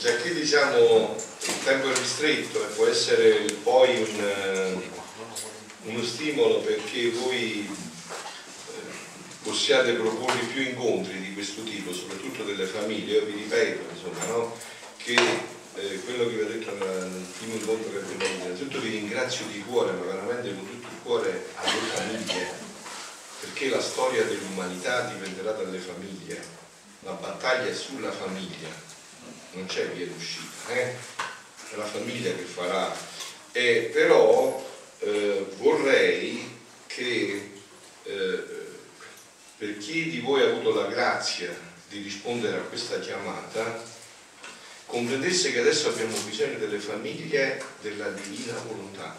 già che diciamo il tempo è ristretto e può essere poi uno stimolo perché voi possiate proporre più incontri di questo tipo, soprattutto delle famiglie. Io vi ripeto, insomma, no? Che quello che vi ho detto nel primo incontro che abbiamo avuto, innanzitutto vi ringrazio di cuore, ma veramente con tutto il cuore alle famiglie, perché la storia dell'umanità dipenderà dalle famiglie, la battaglia è sulla famiglia, non c'è via d'uscita, è la famiglia che farà. Però vorrei che per chi di voi ha avuto la grazia di rispondere a questa chiamata, comprendesse che adesso abbiamo bisogno delle famiglie della divina volontà,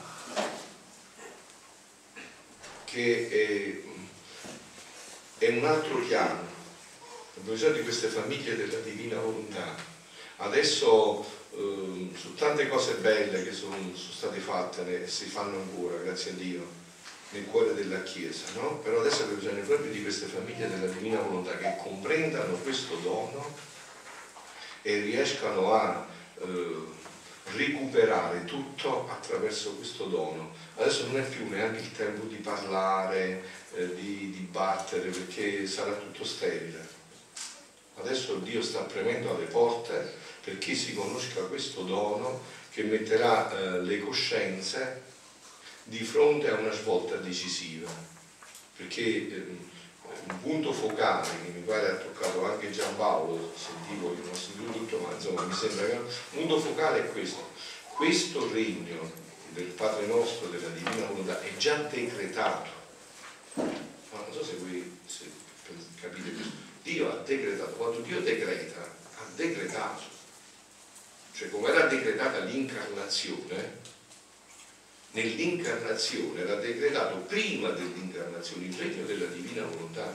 che è un altro piano. Abbiamo bisogno di queste famiglie della divina volontà. Adesso su tante cose belle che sono state fatte e si fanno ancora, grazie a Dio, nel cuore della Chiesa, no? Però adesso abbiamo bisogno proprio di queste famiglie della divina volontà che comprendano questo dono e riescano a recuperare tutto attraverso questo dono. Adesso non è più neanche il tempo di parlare, di dibattere, perché sarà tutto sterile. Adesso Dio sta premendo alle porte perché si conosca questo dono che metterà le coscienze di fronte a una svolta decisiva, perché un punto focale che mi pare ha toccato anche Giampaolo, sentivo che non ho sentito tutto, ma insomma mi sembra che un punto focale è questo regno del Padre nostro, della divina volontà è già decretato. Ma non so se voi capite questo. Dio ha decretato, quando Dio decreta, ha decretato, cioè come era decretata l'incarnazione, nell'incarnazione era decretato prima dell'incarnazione il regno della divina volontà.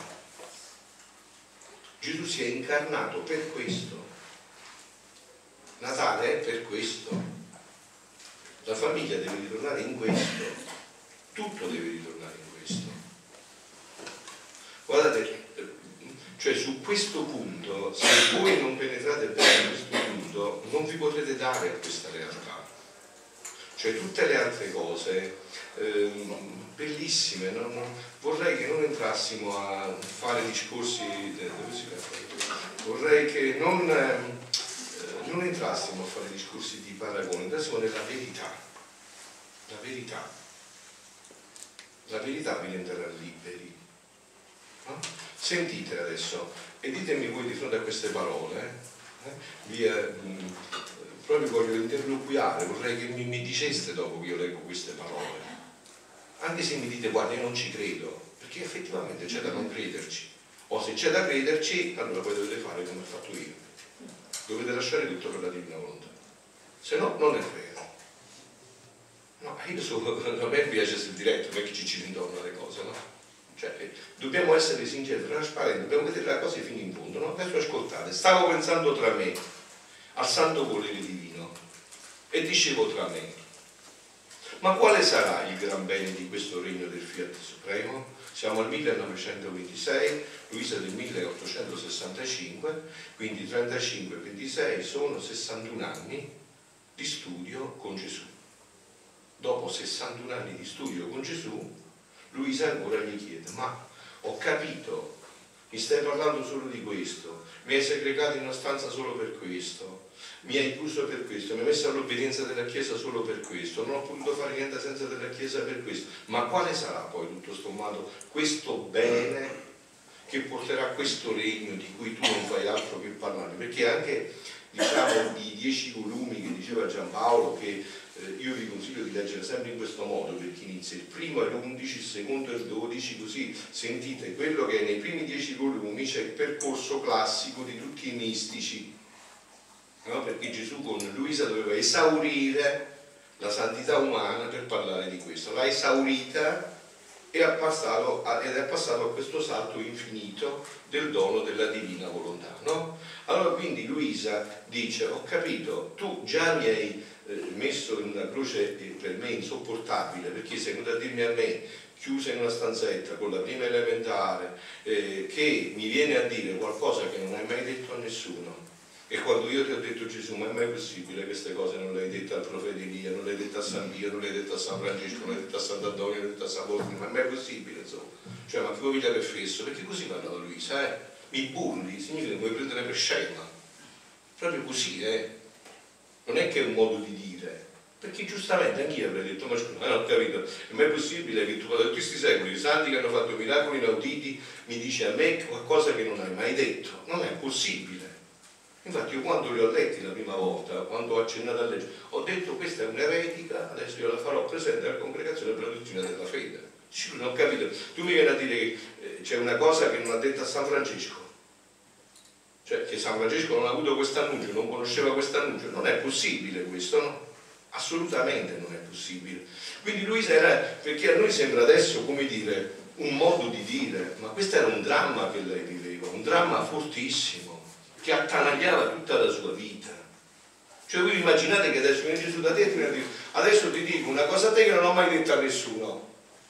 Gesù si è incarnato per questo, Natale è per questo, la famiglia deve ritornare in questo, tutto deve ritornare in questo. Guardate, cioè su questo punto, se voi non penetrate bene in questo punto, non vi potrete dare a questa realtà. Cioè tutte le altre cose bellissime, vorrei che non entrassimo a fare discorsi, vorrei che non entrassimo a fare discorsi di paragone, entrassimo nella verità. La verità vi renderà liberi. No? Sentite adesso e ditemi voi di fronte a queste parole, proprio voglio interloquiare, vorrei che mi diceste dopo che io leggo queste parole, anche se mi dite guarda io non ci credo, perché effettivamente c'è da non crederci, o se c'è da crederci allora poi dovete fare come ho fatto io, dovete lasciare tutto per la divina volontà, se no non è vero. No, a me piace essere diretto, non è che ci gira intorno alle cose, no? Cioè, dobbiamo essere sinceri, trasparenti, dobbiamo vedere la cosa fino in fondo, no? Adesso ascoltate, stavo pensando tra me al santo volere divino e dicevo tra me, ma quale sarà il gran bene di questo regno del Fiat Supremo? Siamo al 1926, Luisa del 1865, quindi 35-26 sono 61 anni di studio con Gesù. Dopo 61 anni di studio con Gesù, Luisa ancora gli chiede, ma ho capito, mi stai parlando solo di questo, mi hai segregato in una stanza solo per questo, mi hai chiuso per questo, mi hai messo all'obbedienza della Chiesa solo per questo, non ho potuto fare niente senza della Chiesa per questo, ma quale sarà poi tutto sommato questo bene che porterà questo regno di cui tu non fai altro che parlare? Perché anche diciamo i 10 volumi che diceva Giampaolo, che io vi consiglio di leggere sempre in questo modo per chi inizia, il primo è l'11, il secondo è il 12, così sentite quello che nei primi 10 volumi c'è il percorso classico di tutti i mistici, no? Perché Gesù con Luisa doveva esaurire la santità umana per parlare di questo, l'ha esaurita ed è passato a questo salto infinito del dono della divina volontà, no? Allora quindi Luisa dice, ho capito, tu già mi hai messo in una croce per me insopportabile, perché sei venuto a dirmi a me, chiusa in una stanzetta con la prima elementare, che mi viene a dire qualcosa che non hai mai detto a nessuno, E quando io ti ho detto Gesù, ma è mai possibile queste cose non le hai dette al profeta Elia, non le hai dette a San Pio, non le hai dette a San Francesco, non le hai dette a Sant'Antonio, non le hai dette a San Paolo, ma è mai possibile, insomma? Cioè, ma che voglia per fesso? Perché così parlava Luisa, Mi burli, significa che mi vuoi prendere per scema. Proprio così, Non è che è un modo di dire. Perché giustamente anch'io avrei detto, ma scusa, non ho capito, è mai possibile che tu, da tutti questi secoli, i santi che hanno fatto miracoli inauditi, mi dici a me qualcosa che non hai mai detto? Non è possibile. Infatti io quando li ho letti la prima volta, quando ho accennato a leggere, ho detto questa è un'eretica, adesso io la farò presente alla congregazione per la dottrina della fede. Non ho capito, tu mi vieni a dire che c'è una cosa che non ha detto a San Francesco, cioè che San Francesco non ha avuto questo annuncio, non conosceva questo annuncio, non è possibile questo, no? Assolutamente non è possibile. Quindi Luisa era, perché a noi sembra adesso, come dire, un modo di dire, ma questo era un dramma che lei viveva, un dramma fortissimo, che attanagliava tutta la sua vita. Cioè voi immaginate che adesso viene Gesù da te e ti dice, adesso ti dico una cosa a te che non ho mai detto a nessuno.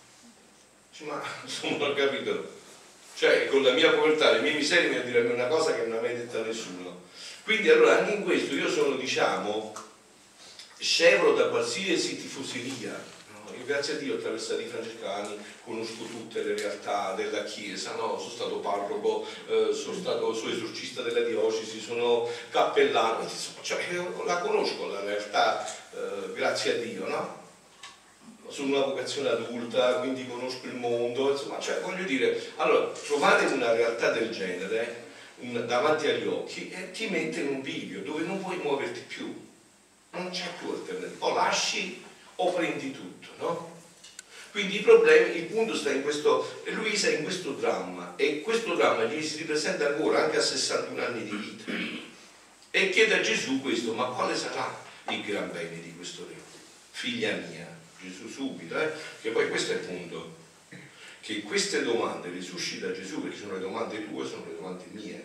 Ma non ho capito, cioè con la mia povertà, le mie miserie, mi a dirmi una cosa che non ha mai detto a nessuno. Quindi allora anche in questo io sono, diciamo, scevro da qualsiasi tifoseria, no? Io, grazie a Dio, attraverso i francescani conosco tutte le realtà della Chiesa, no? Sono stato parroco, sono esorcista della diocesi, sono cappellano, insomma, cioè, io la conosco la realtà, grazie a Dio, no? Sono una vocazione adulta, quindi conosco il mondo, insomma, cioè voglio dire, allora trovate una realtà del genere davanti agli occhi e ti mette in un bivio dove non puoi muoverti più, non c'è più alternativa, o lasci o prendi tutto, no? Quindi il punto sta in questo, Luisa è in questo dramma, e questo dramma gli si ripresenta ancora anche a 61 anni di vita, e chiede a Gesù questo, ma quale sarà il gran bene di questo re? Figlia mia, Gesù subito, che poi questo è il punto, che queste domande le suscita Gesù, perché sono le domande tue, sono le domande mie,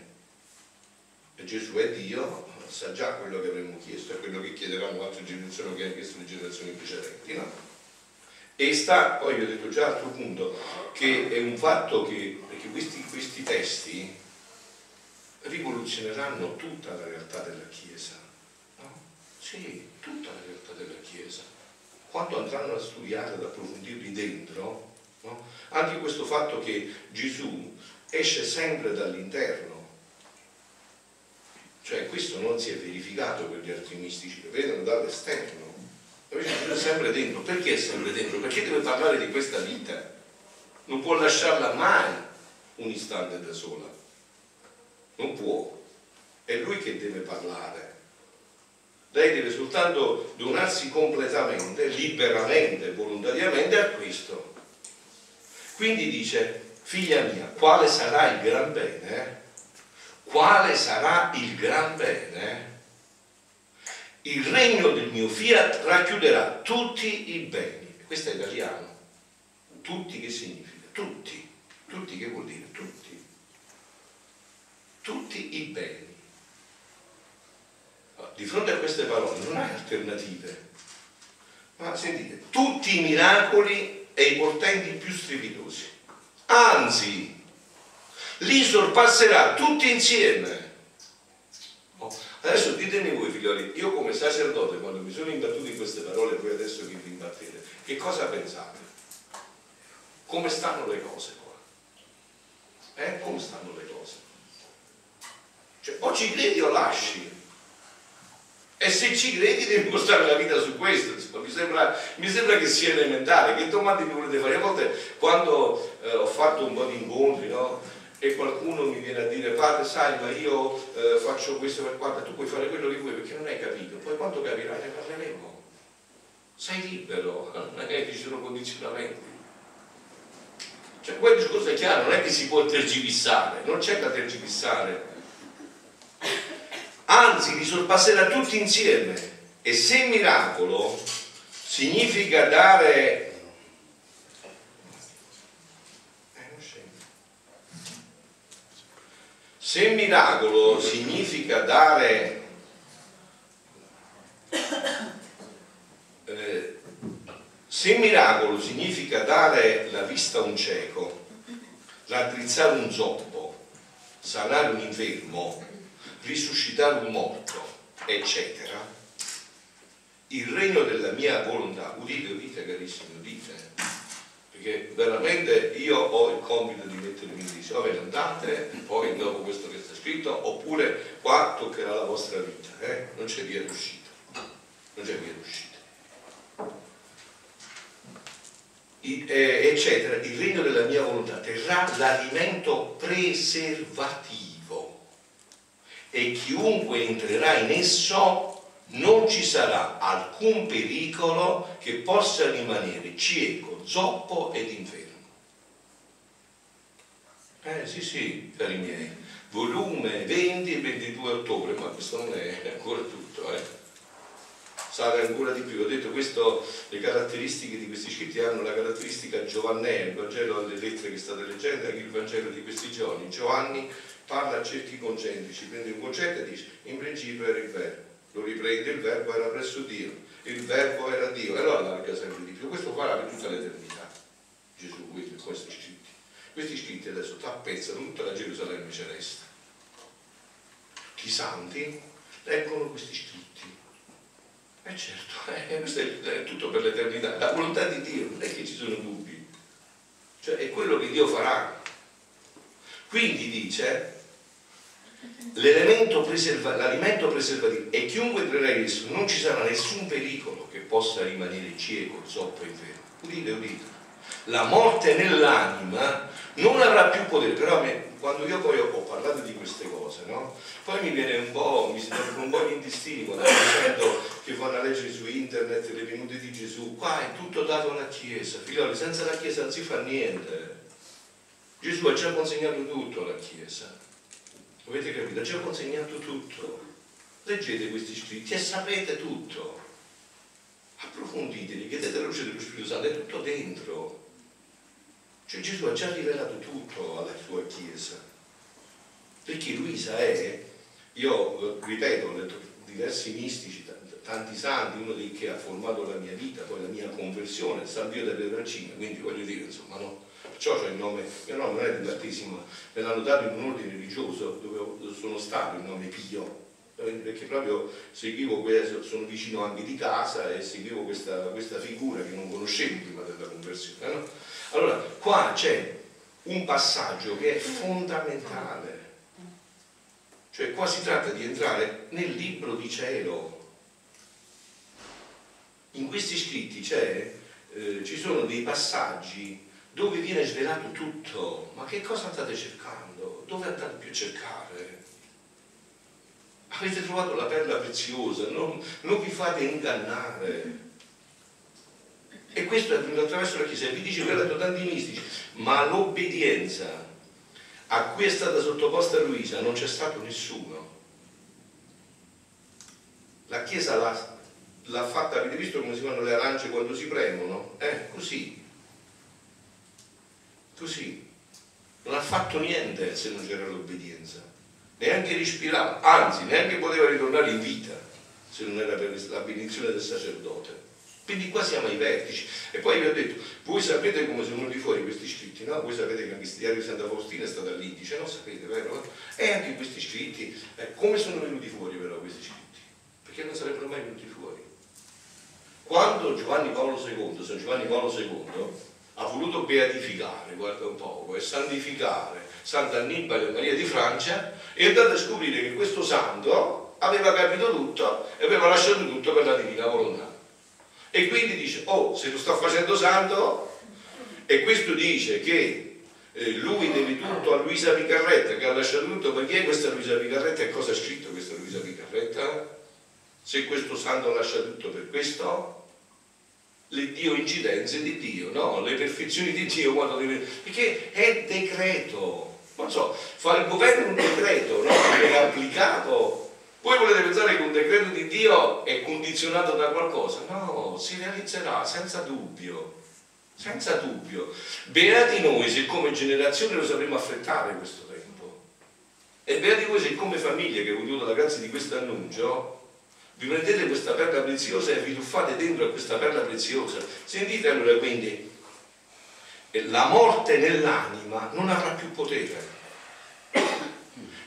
e Gesù è Dio, sa già quello che avremmo chiesto, è quello che chiederanno altre generazioni, che hanno chiesto le generazioni precedenti, no? E sta, poi vi ho detto già altro punto, che è un fatto che, perché questi testi rivoluzioneranno tutta la realtà della Chiesa, no? Sì, tutta la realtà della Chiesa. Quando andranno a studiare, ad approfondirli dentro, no? Anche questo fatto che Gesù esce sempre dall'interno, cioè questo non si è verificato per gli altri mistici, lo vedono dall'esterno, invece Gesù è sempre dentro. Perché è sempre dentro? Perché deve parlare di questa vita, non può lasciarla mai un istante da sola, non può, è lui che deve parlare. Lei deve soltanto donarsi completamente, liberamente, volontariamente a questo. Quindi dice, figlia mia, quale sarà il gran bene? Quale sarà il gran bene? Il regno del mio fiat racchiuderà tutti i beni. Questo è italiano. Tutti che significa? Tutti. Tutti che vuol dire? Tutti. Tutti i beni. Di fronte a queste parole non hai alternative, ma sentite, tutti i miracoli e i portenti più strepitosi, anzi li sorpasserà tutti insieme. Adesso ditemi voi, figlioli, io come sacerdote, quando mi sono imbattuto in queste parole, voi adesso che vi imbattete, che cosa pensate? Come stanno le cose qua? Come stanno le cose? Cioè, o ci credi o lasci. E se ci credi devi impostare la vita su questo, mi sembra che sia elementare. Che domande mi volete fare? A volte quando ho fatto un po' di incontri, no? E qualcuno mi viene a dire, padre, sai, ma io faccio questo, guarda, tu puoi fare quello che vuoi perché non hai capito, poi quando capirai ne parleremo. Sei libero, non è che ci sono condizionamenti. Cioè, quel discorso è chiaro, non è che si può tergiversare, non c'è da tergiversare. Anzi, li sorpasserà tutti insieme. E se miracolo significa dare la vista a un cieco, raddrizzare un zoppo, sanare un infermo, risuscitare un morto, eccetera, il regno della mia volontà, udite carissimi, udite, perché veramente io ho il compito di mettermi in dice, vabbè, andate, poi dopo questo che sta scritto, oppure qua toccherà la vostra vita, non c'è via d'uscita, non c'è via d'uscita. Eccetera, il regno della mia volontà terrà l'alimento preservativo e chiunque entrerà in esso non ci sarà alcun pericolo che possa rimanere cieco, zoppo ed infermo. Sì, cari miei, volume 20 e 22 ottobre, ma questo non è ancora tutto, Sale ancora di più. Ho detto questo, le caratteristiche di questi scritti hanno la caratteristica giovannea, il Vangelo delle lettere che state leggendo, anche il Vangelo di questi giorni. Giovanni parla a cerchi concentrici, prende un concetto e dice: in principio era il verbo, lo riprende, il verbo era presso Dio, il verbo era Dio, e lo allarga sempre di più. Questo farà per tutta l'eternità Gesù, questi scritti. Questi scritti adesso tappezzano tutta la Gerusalemme celeste. I santi leggono questi scritti. Certo, questo è tutto per l'eternità, la volontà di Dio, non è che ci sono dubbi, cioè è quello che Dio farà. Quindi dice l'alimento preservativo, e chiunque entrerà in esso non ci sarà nessun pericolo che possa rimanere cieco, zoppo e infermo. Udite, la morte nell'anima non avrà più potere. Però quando io poi ho parlato di queste cose, no? Poi mi viene mi si tornano un po' gli intestini quando sento che vanno a leggere su internet le venute di Gesù. Qua è tutto dato alla Chiesa, figlioli, senza la Chiesa non si fa niente. Gesù ha già consegnato tutto alla Chiesa, avete capito? Ha già consegnato tutto. Leggete questi scritti e sapete tutto, approfonditeli, chiedete la luce dello Spirito Santo, è tutto dentro. Cioè Gesù ha già rivelato tutto alla sua Chiesa, perché Luisa io ripeto, ho letto diversi mistici, tanti santi, uno dei che ha formato la mia vita, poi la mia conversione, San Pio delle Vercine, quindi voglio dire, insomma, no? Perciò c'è il nome, mio nome non è di battesimo, me l'hanno dato in un ordine religioso dove sono stato, il nome Pio, perché proprio seguivo sono vicino anche di casa e seguivo questa figura che non conoscevo prima della conversione, no? Allora, qua c'è un passaggio che è fondamentale, cioè qua si tratta di entrare nel libro di cielo. In questi scritti ci sono dei passaggi dove viene svelato tutto. Ma che cosa state cercando? Dove andate più a cercare? Avete trovato la perla preziosa, non vi fate ingannare. E questo è venuto attraverso la Chiesa. E vi dice, vi ho detto tanti mistici, ma l'obbedienza a cui è stata sottoposta Luisa non c'è stato nessuno. La Chiesa l'ha fatta, avete visto come si fanno le arance quando si premono? Così. Non ha fatto niente se non c'era l'obbedienza. Neanche respirava, anzi, neanche poteva ritornare in vita se non era per la benedizione del sacerdote. Quindi qua siamo ai vertici. E poi vi ho detto, voi sapete come sono venuti fuori questi scritti, no? Voi sapete che anche il diario di Santa Faustina è stato all'indice, no? Sapete, vero? E anche questi scritti, come sono venuti fuori però questi scritti? Perché non sarebbero mai venuti fuori. Quando San Giovanni Paolo II ha voluto beatificare, guarda un poco, e santificare Sant'Annibale e Maria di Francia, è andato a scoprire che questo santo aveva capito tutto e aveva lasciato tutto per la divina volontà. E quindi dice, se lo sta facendo santo, e questo dice che lui deve tutto a Luisa Picarretta, che ha lasciato tutto. Ma chi è questa Luisa Picarretta e cosa ha scritto questa Luisa Picarretta? Se questo santo lascia tutto per questo, le Dio incidenze di Dio, no? Le perfezioni di Dio, perché è decreto, non so, fa il governo un decreto, no? È applicato. Voi volete pensare che un decreto di Dio è condizionato da qualcosa? No, si realizzerà senza dubbio, senza dubbio. Beati noi se come generazione lo sapremo affrettare questo tempo, e beati voi se come famiglia che avete avuto la grazia di questo annuncio vi prendete questa perla preziosa e vi tuffate dentro a questa perla preziosa. Sentite allora, quindi la morte nell'anima non avrà più potere.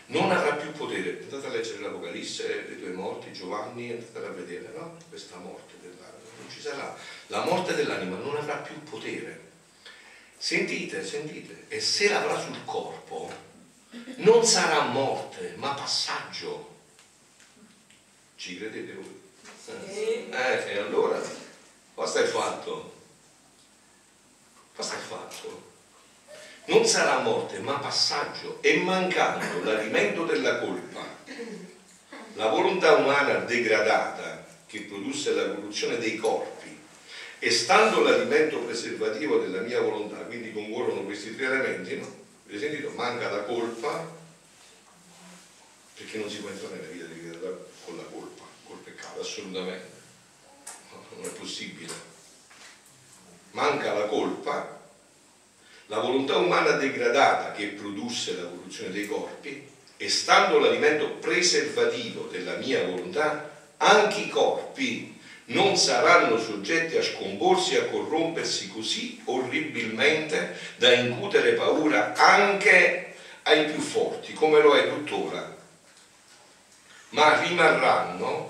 non avrà più potere. Andate a leggere l'Apocalisse, le due morti, Giovanni, andate a vedere, no? Questa morte dell'anima, non ci sarà. La morte dell'anima non avrà più potere. Sentite, e se l'avrà sul corpo, non sarà morte, ma passaggio. Ci credete voi? E allora, cosa hai fatto? Cosa hai fatto? Non sarà morte, ma passaggio, e mancando l'alimento della colpa, la volontà umana degradata che produsse la corruzione dei corpi, e stando l'alimento preservativo della mia volontà, quindi concorrono questi tre elementi, no? Avete sentito? Manca la colpa, perché non si può entrare nella vita di vita con la colpa, col peccato, assolutamente, no, non è possibile. Manca la colpa, la volontà umana degradata che produsse la corruzione dei corpi, e stando l'alimento preservativo della mia volontà, anche i corpi non saranno soggetti a scomporsi e a corrompersi così orribilmente da incutere paura anche ai più forti, come lo è tuttora, ma rimarranno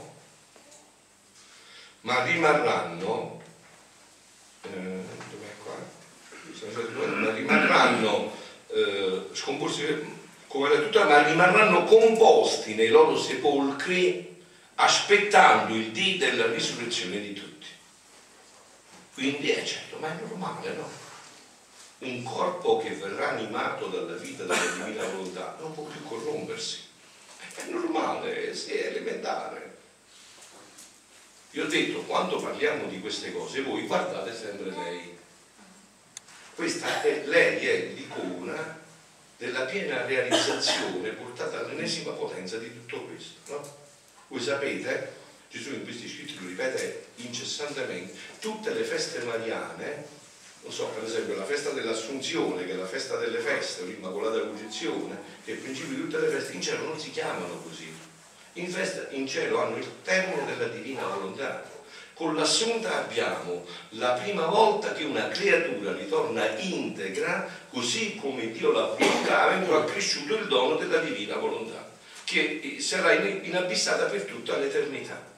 scomporsi come la tutela, ma rimarranno composti nei loro sepolcri aspettando il dì della risurrezione di tutti. Quindi è certo, ma è normale, no? Un corpo che verrà animato dalla vita della divina volontà non può più corrompersi. È normale, è elementare. Vi ho detto, quando parliamo di queste cose, voi guardate sempre lei. Lei è l'icona della piena realizzazione portata all'ennesima potenza di tutto questo, no? Voi sapete, Gesù in questi scritti lo ripete incessantemente, tutte le feste mariane, non so, per esempio la festa dell'Assunzione, che è la festa delle feste, l'Immacolata Concezione, che è il principio di tutte le feste, in cielo non si chiamano così. In cielo hanno il termine della divina volontà. Con l'Assunta abbiamo la prima volta che una creatura ritorna integra, così come Dio l'ha voluta, avendo accresciuto il dono della divina volontà, che sarà inabissata per tutta l'eternità.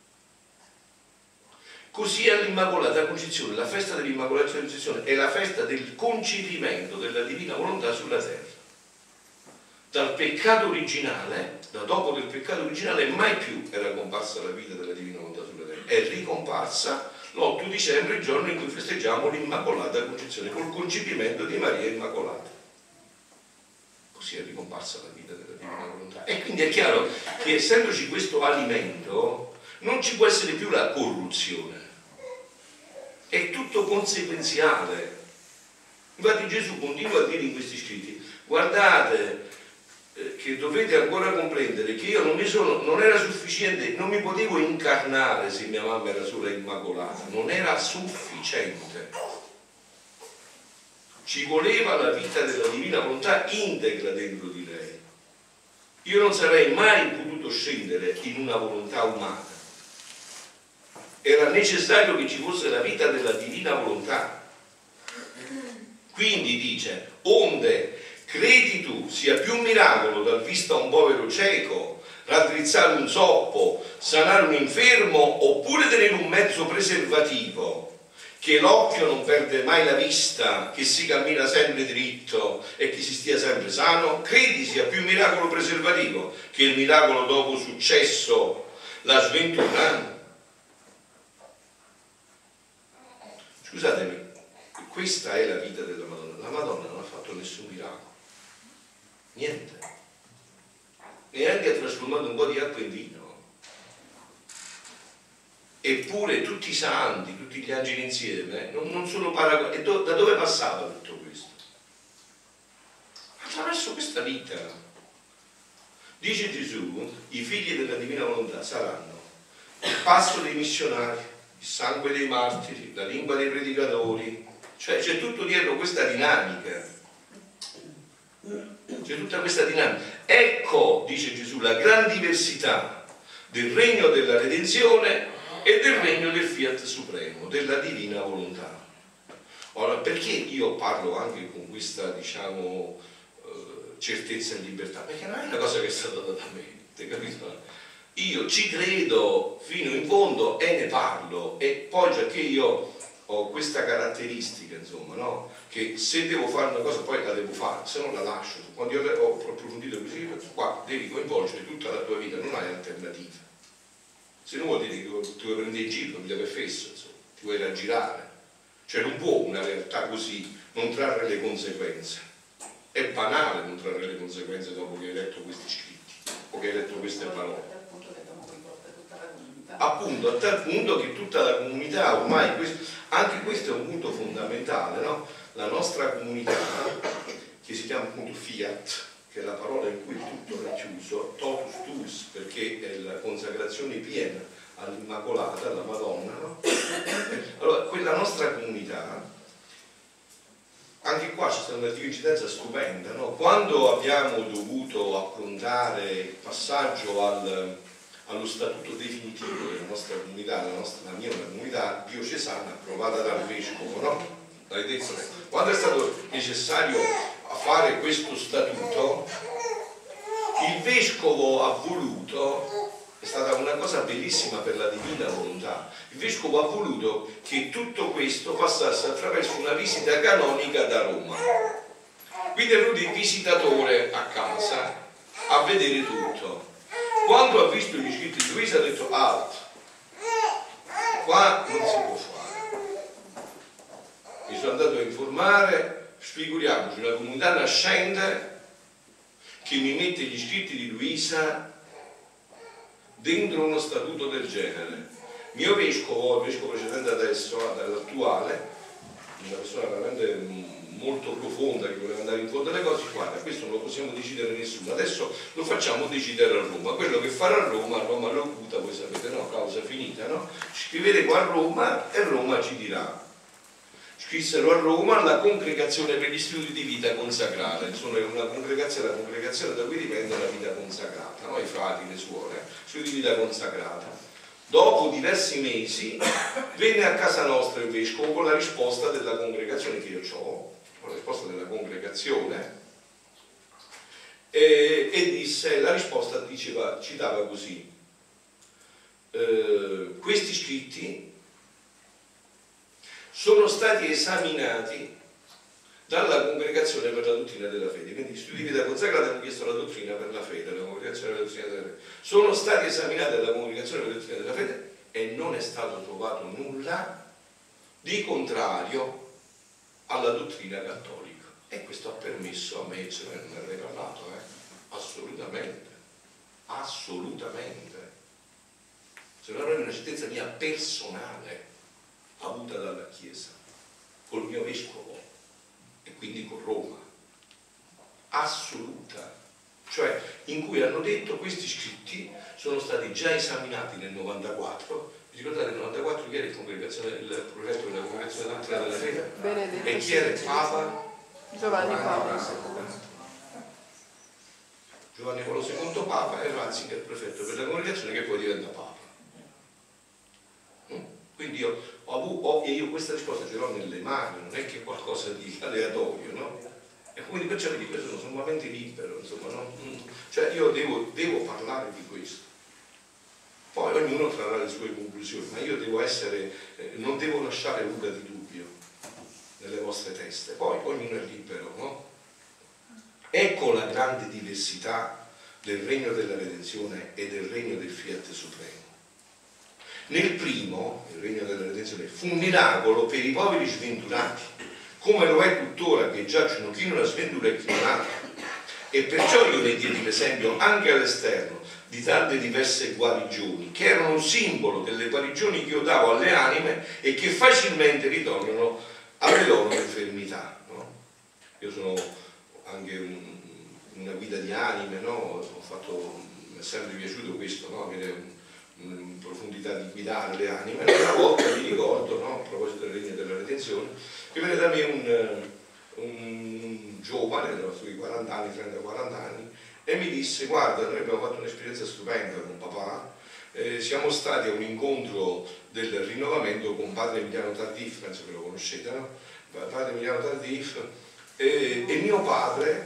Così è l'Immacolata Concezione, la festa dell'Immacolata Concezione è la festa del concepimento della divina volontà sulla terra. Dal peccato originale, da dopo del peccato originale, mai più era comparsa la vita della divina volontà sulla terra. È ricomparsa l'8 dicembre, il giorno in cui festeggiamo l'Immacolata Concezione, col concepimento di Maria Immacolata. Così è ricomparsa la vita della divina volontà. E quindi è chiaro che essendoci questo alimento, non ci può essere più la corruzione. È tutto conseguenziale. Infatti Gesù continua a dire in questi scritti, guardate che dovete ancora comprendere che io non era sufficiente, non mi potevo incarnare se mia mamma era sola immacolata, non era sufficiente. Ci voleva la vita della divina volontà integra dentro di lei. Io non sarei mai potuto scendere in una volontà umana. Era necessario che ci fosse la vita della divina volontà. Quindi dice, onde credi tu sia più miracolo dar vista a un povero cieco, raddrizzare un zoppo, sanare un infermo, oppure tenere un mezzo preservativo, che l'occhio non perde mai la vista, che si cammina sempre dritto e che si stia sempre sano? Credi sia più miracolo preservativo che il miracolo dopo successo, la sventura? Scusatemi, questa è la vita della Madonna. La Madonna non ha fatto nessun miracolo, niente, neanche ha trasformato un po' di acqua in vino. Eppure tutti i santi, tutti gli angeli insieme non sono paragonati. Da dove passava tutto questo? Attraverso questa vita. Dice Gesù, i figli della divina volontà saranno il passo dei missionari, il sangue dei martiri, la lingua dei predicatori, cioè c'è tutto dietro questa dinamica. C'è tutta questa dinamica. Ecco, dice Gesù, la gran diversità del regno della redenzione e del regno del fiat supremo, della divina volontà. Ora, perché io parlo anche con questa, diciamo, certezza e libertà, perché non è una cosa che è stata data a me, ti capito? Io ci credo fino in fondo e ne parlo, e poi già che io ho questa caratteristica, insomma, no? Che se devo fare una cosa poi la devo fare, se non la lascio. Quando io ho approfondito così, qua devi coinvolgere tutta la tua vita, non hai alternativa. Se non vuol dire che ti vuoi prendere in giro, non deve fesso, insomma, ti vuoi raggirare. Cioè non può una realtà così non trarre le conseguenze. È banale non trarre le conseguenze dopo che hai letto questi scritti o che hai letto queste parole. Appunto, a tal punto che tutta la comunità ormai, anche questo è un punto fondamentale, no? La nostra comunità, che si chiama appunto Fiat, che è la parola in cui tutto è racchiuso, totus tuus, perché è la consacrazione piena all'Immacolata, alla Madonna, no? Allora, quella nostra comunità, anche qua c'è stata una coincidenza stupenda, no? Quando abbiamo dovuto approntare il passaggio allo statuto definitivo della nostra comunità, la mia è una comunità diocesana approvata dal vescovo, no? Quando è stato necessario fare questo statuto, il vescovo ha voluto, è stata una cosa bellissima per la divina volontà, il vescovo ha voluto che tutto questo passasse attraverso una visita canonica da Roma. Quindi è venuto il visitatore a casa a vedere tutto. Quando ha visto gli scritti di Luisa ha detto alt, qua non si può fare. Mi sono andato a informare, figuriamoci, una comunità nascente che mi mette gli scritti di Luisa dentro uno statuto del genere. Mio vescovo, il vescovo precedente adesso, l'attuale, una persona veramente molto profonda che voleva andare in fondo alle cose, guarda, questo non lo possiamo decidere nessuno, adesso lo facciamo decidere a Roma, quello che farà a Roma lo oculta, voi sapete, no? Causa finita, no? Scrivete qua a Roma e Roma ci dirà. Scrissero a Roma la congregazione per gli istituti di vita consacrata, insomma è una congregazione, la congregazione da cui dipende la vita consacrata, no? I frati, le suore, istituti di vita consacrata. Dopo diversi mesi venne a casa nostra il vescovo con la risposta della congregazione che io ho, con la risposta della congregazione, e disse, la risposta citava così: questi scritti sono stati esaminati dalla congregazione per la dottrina della fede. Quindi gli studi di vita consacrata hanno chiesto la dottrina per la fede, la congregazione per la dottrina della fede. Sono stati esaminati dalla congregazione per la dottrina della fede e non è stato trovato nulla di contrario alla dottrina cattolica. E questo ha permesso a me, se non ne avrei parlato, assolutamente, assolutamente. Se non avrei una certezza mia personale avuta dalla Chiesa, col mio vescovo e quindi con Roma, assoluta, cioè in cui hanno detto questi scritti sono stati già esaminati nel 94. Vi ricordate nel 94 chi era il prefetto della congregazione della dottrina della fede? Benedetto. E chi era il Papa? Giovanni Paolo II. Giovanni Paolo II Papa e Ratzinger prefetto per la congregazione, che poi diventa Papa. Quindi io questa risposta ce l'ho nelle mani, non è che è qualcosa di aleatorio, no? E quindi perciò vi dico, sono sommamente libero, insomma, no? Cioè io devo parlare di questo. Poi ognuno trarrà le sue conclusioni, ma io devo essere, non devo lasciare nulla di dubbio nelle vostre teste. Poi ognuno è libero, no? Ecco la grande diversità del regno della redenzione e del regno del Fiat Supremo. Nel primo, il regno della redenzione, fu un miracolo per i poveri sventurati, come lo è tuttora, che giacciono chi non ha sventura e chi non ha. E perciò io ne diedi l'esempio anche all'esterno di tante diverse guarigioni, che erano un simbolo delle guarigioni che io davo alle anime e che facilmente ritornano alle loro infermità. No? Io sono anche una guida di anime, no? Mi è sempre piaciuto questo, no? Avere in profondità di guidare le anime. Una volta mi ricordo, no? A proposito del regno della redenzione, che venne da me un giovane sui 40 anni, 30-40 anni, e mi disse: guarda, noi abbiamo fatto un'esperienza stupenda con papà, siamo stati a un incontro del rinnovamento con padre Emiliano Tardif, penso che lo conoscete, no? Padre Emiliano Tardif, e mio padre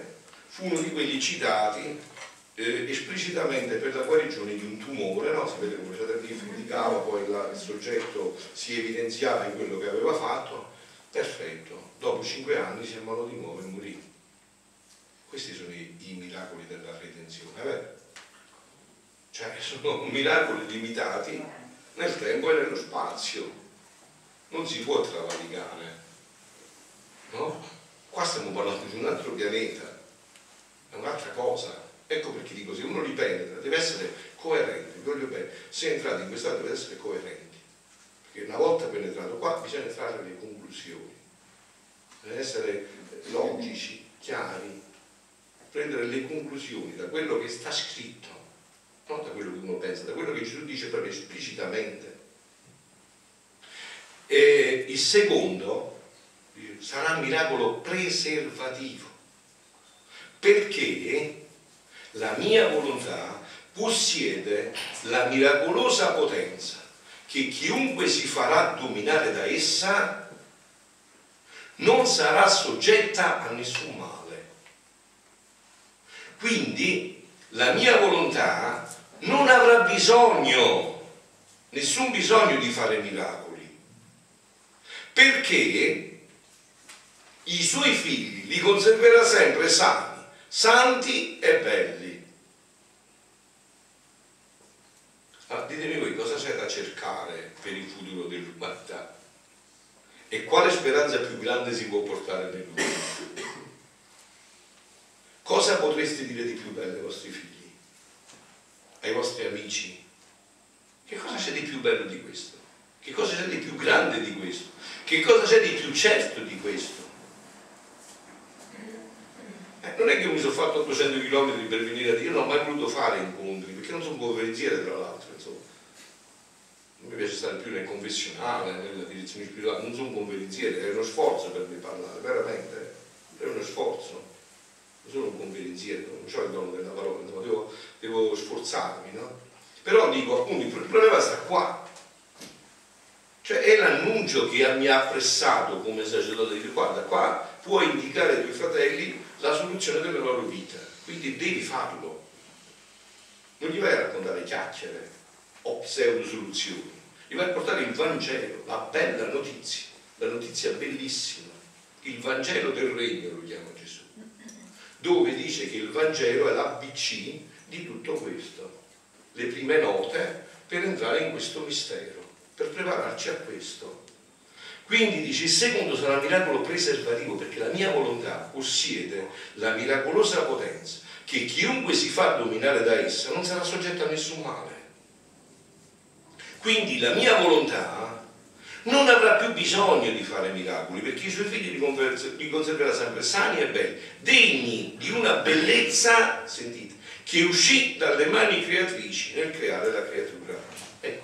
fu uno di quelli citati esplicitamente per la guarigione di un tumore, no? Si vede come indicava, poi il soggetto si evidenziava in quello che aveva fatto, perfetto, dopo 5 anni si ammalò di nuovo e morì. Questi sono i miracoli della redenzione, vero? Cioè sono miracoli limitati nel tempo e nello spazio, non si può travalicare, no? Qua stiamo parlando di un altro pianeta, è un'altra cosa. Ecco perché dico, se uno li penetra deve essere coerente, voglio bene, se entrate in quest'area deve essere coerenti, perché una volta penetrato qua bisogna trarre le conclusioni, deve essere logici, chiari, prendere le conclusioni da quello che sta scritto, non da quello che uno pensa, da quello che Gesù dice proprio esplicitamente. E il secondo sarà un miracolo preservativo, perché la mia volontà possiede la miracolosa potenza che chiunque si farà dominare da essa non sarà soggetta a nessun male. Quindi la mia volontà non avrà bisogno, nessun bisogno di fare miracoli, perché i suoi figli li conserverà sempre sani, santi e belli. Ditemi voi cosa c'è da cercare per il futuro dell'umanità e quale speranza più grande si può portare nell'umanità. Cosa potreste dire di più bello ai vostri figli, ai vostri amici? Che cosa c'è di più bello di questo? Che cosa c'è di più grande di questo? Che cosa c'è di più certo di questo? Non è che mi sono fatto 800 km per venire a dire, io non ho mai voluto fare incontri, perché non sono conferenziere tra l'altro, insomma. Non mi piace stare più nel confessionale, nella direzione spirituale, non sono conferenziere, è uno sforzo per me parlare, veramente, è uno sforzo. Non sono un conferenziere, non ho il dono della parola, insomma, devo sforzarmi, no? Però dico, appunto, il problema sta qua. Cioè è l'annuncio che mi ha appressato come sacerdote, di dire, guarda, qua puoi indicare ai tuoi fratelli la soluzione della loro vita, quindi devi farlo. Non gli vai a raccontare chiacchiere o pseudo soluzioni, gli vai a portare il Vangelo, la bella notizia, la notizia bellissima, il Vangelo del Regno lo chiama Gesù, dove dice che il Vangelo è l'ABC di tutto questo, le prime note per entrare in questo mistero, per prepararci a questo. Quindi dice, il secondo sarà un miracolo preservativo, perché la mia volontà possiede la miracolosa potenza che chiunque si fa dominare da essa non sarà soggetto a nessun male. Quindi la mia volontà non avrà più bisogno di fare miracoli, perché i suoi figli li conserverà sempre sani e belli, degni di una bellezza, sentite, che uscì dalle mani creatrici nel creare la creatura. Ecco.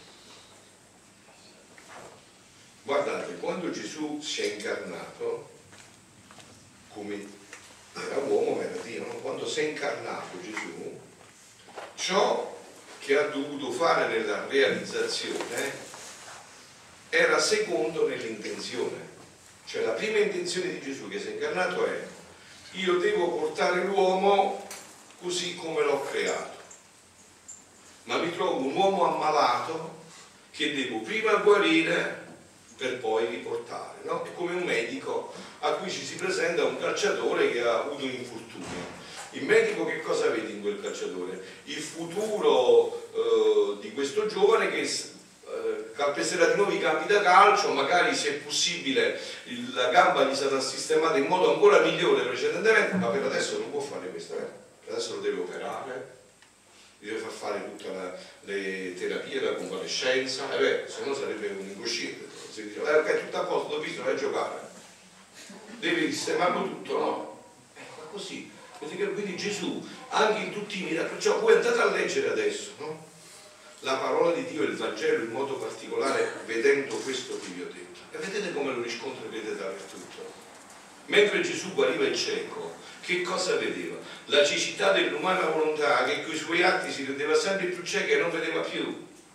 Guardate, quando Gesù si è incarnato, come era uomo, era Dio, no? Quando si è incarnato Gesù, ciò che ha dovuto fare nella realizzazione era secondo nell'intenzione. Cioè la prima intenzione di Gesù che si è incarnato è: io devo portare l'uomo così come l'ho creato, ma mi trovo un uomo ammalato che devo prima guarire per poi riportare, no? È come un medico a cui ci si presenta un calciatore che ha avuto un infortunio. Il medico che cosa vede in quel calciatore? Il futuro di questo giovane che calpesterà di nuovo i campi da calcio, magari se è possibile la gamba gli sarà sistemata in modo ancora migliore precedentemente, ma per adesso non può fare questo, per adesso lo deve operare, deve far fare tutte le terapie, la convalescenza, se no sarebbe un incosciente. Si dice, ok, tutto a posto, visto, vai a giocare, devi sistemarlo tutto, no? Ecco, è così. Quindi Gesù, anche in tutti i miracoli, cioè voi andate a leggere adesso, no? La parola di Dio e il Vangelo in modo particolare, vedendo questo che vi ho detto, e vedete come lo riscontrerete dappertutto. Mentre Gesù guariva il cieco, che cosa vedeva? La cecità dell'umana volontà che con i suoi atti si rendeva sempre più cieca e non vedeva più.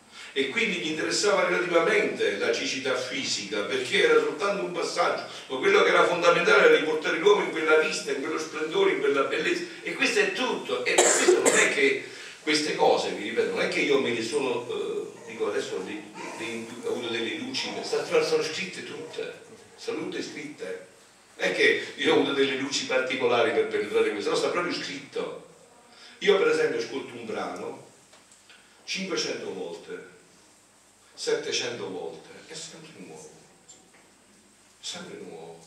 e quindi gli interessava relativamente la cecità fisica, perché era soltanto un passaggio, ma quello che era fondamentale era riportare l'uomo in quella vista, in quello splendore, in quella bellezza, e questo è tutto. E questo non è che queste cose, vi ripeto, non è che io me ne sono, dico adesso ho avuto delle luci, sono scritte tutte scritte. Non è che io ho avuto delle luci particolari per penetrare questo, no, sta proprio scritto. Io per esempio ascolto un brano 500 volte, 700 volte, è sempre nuovo, sempre nuovo.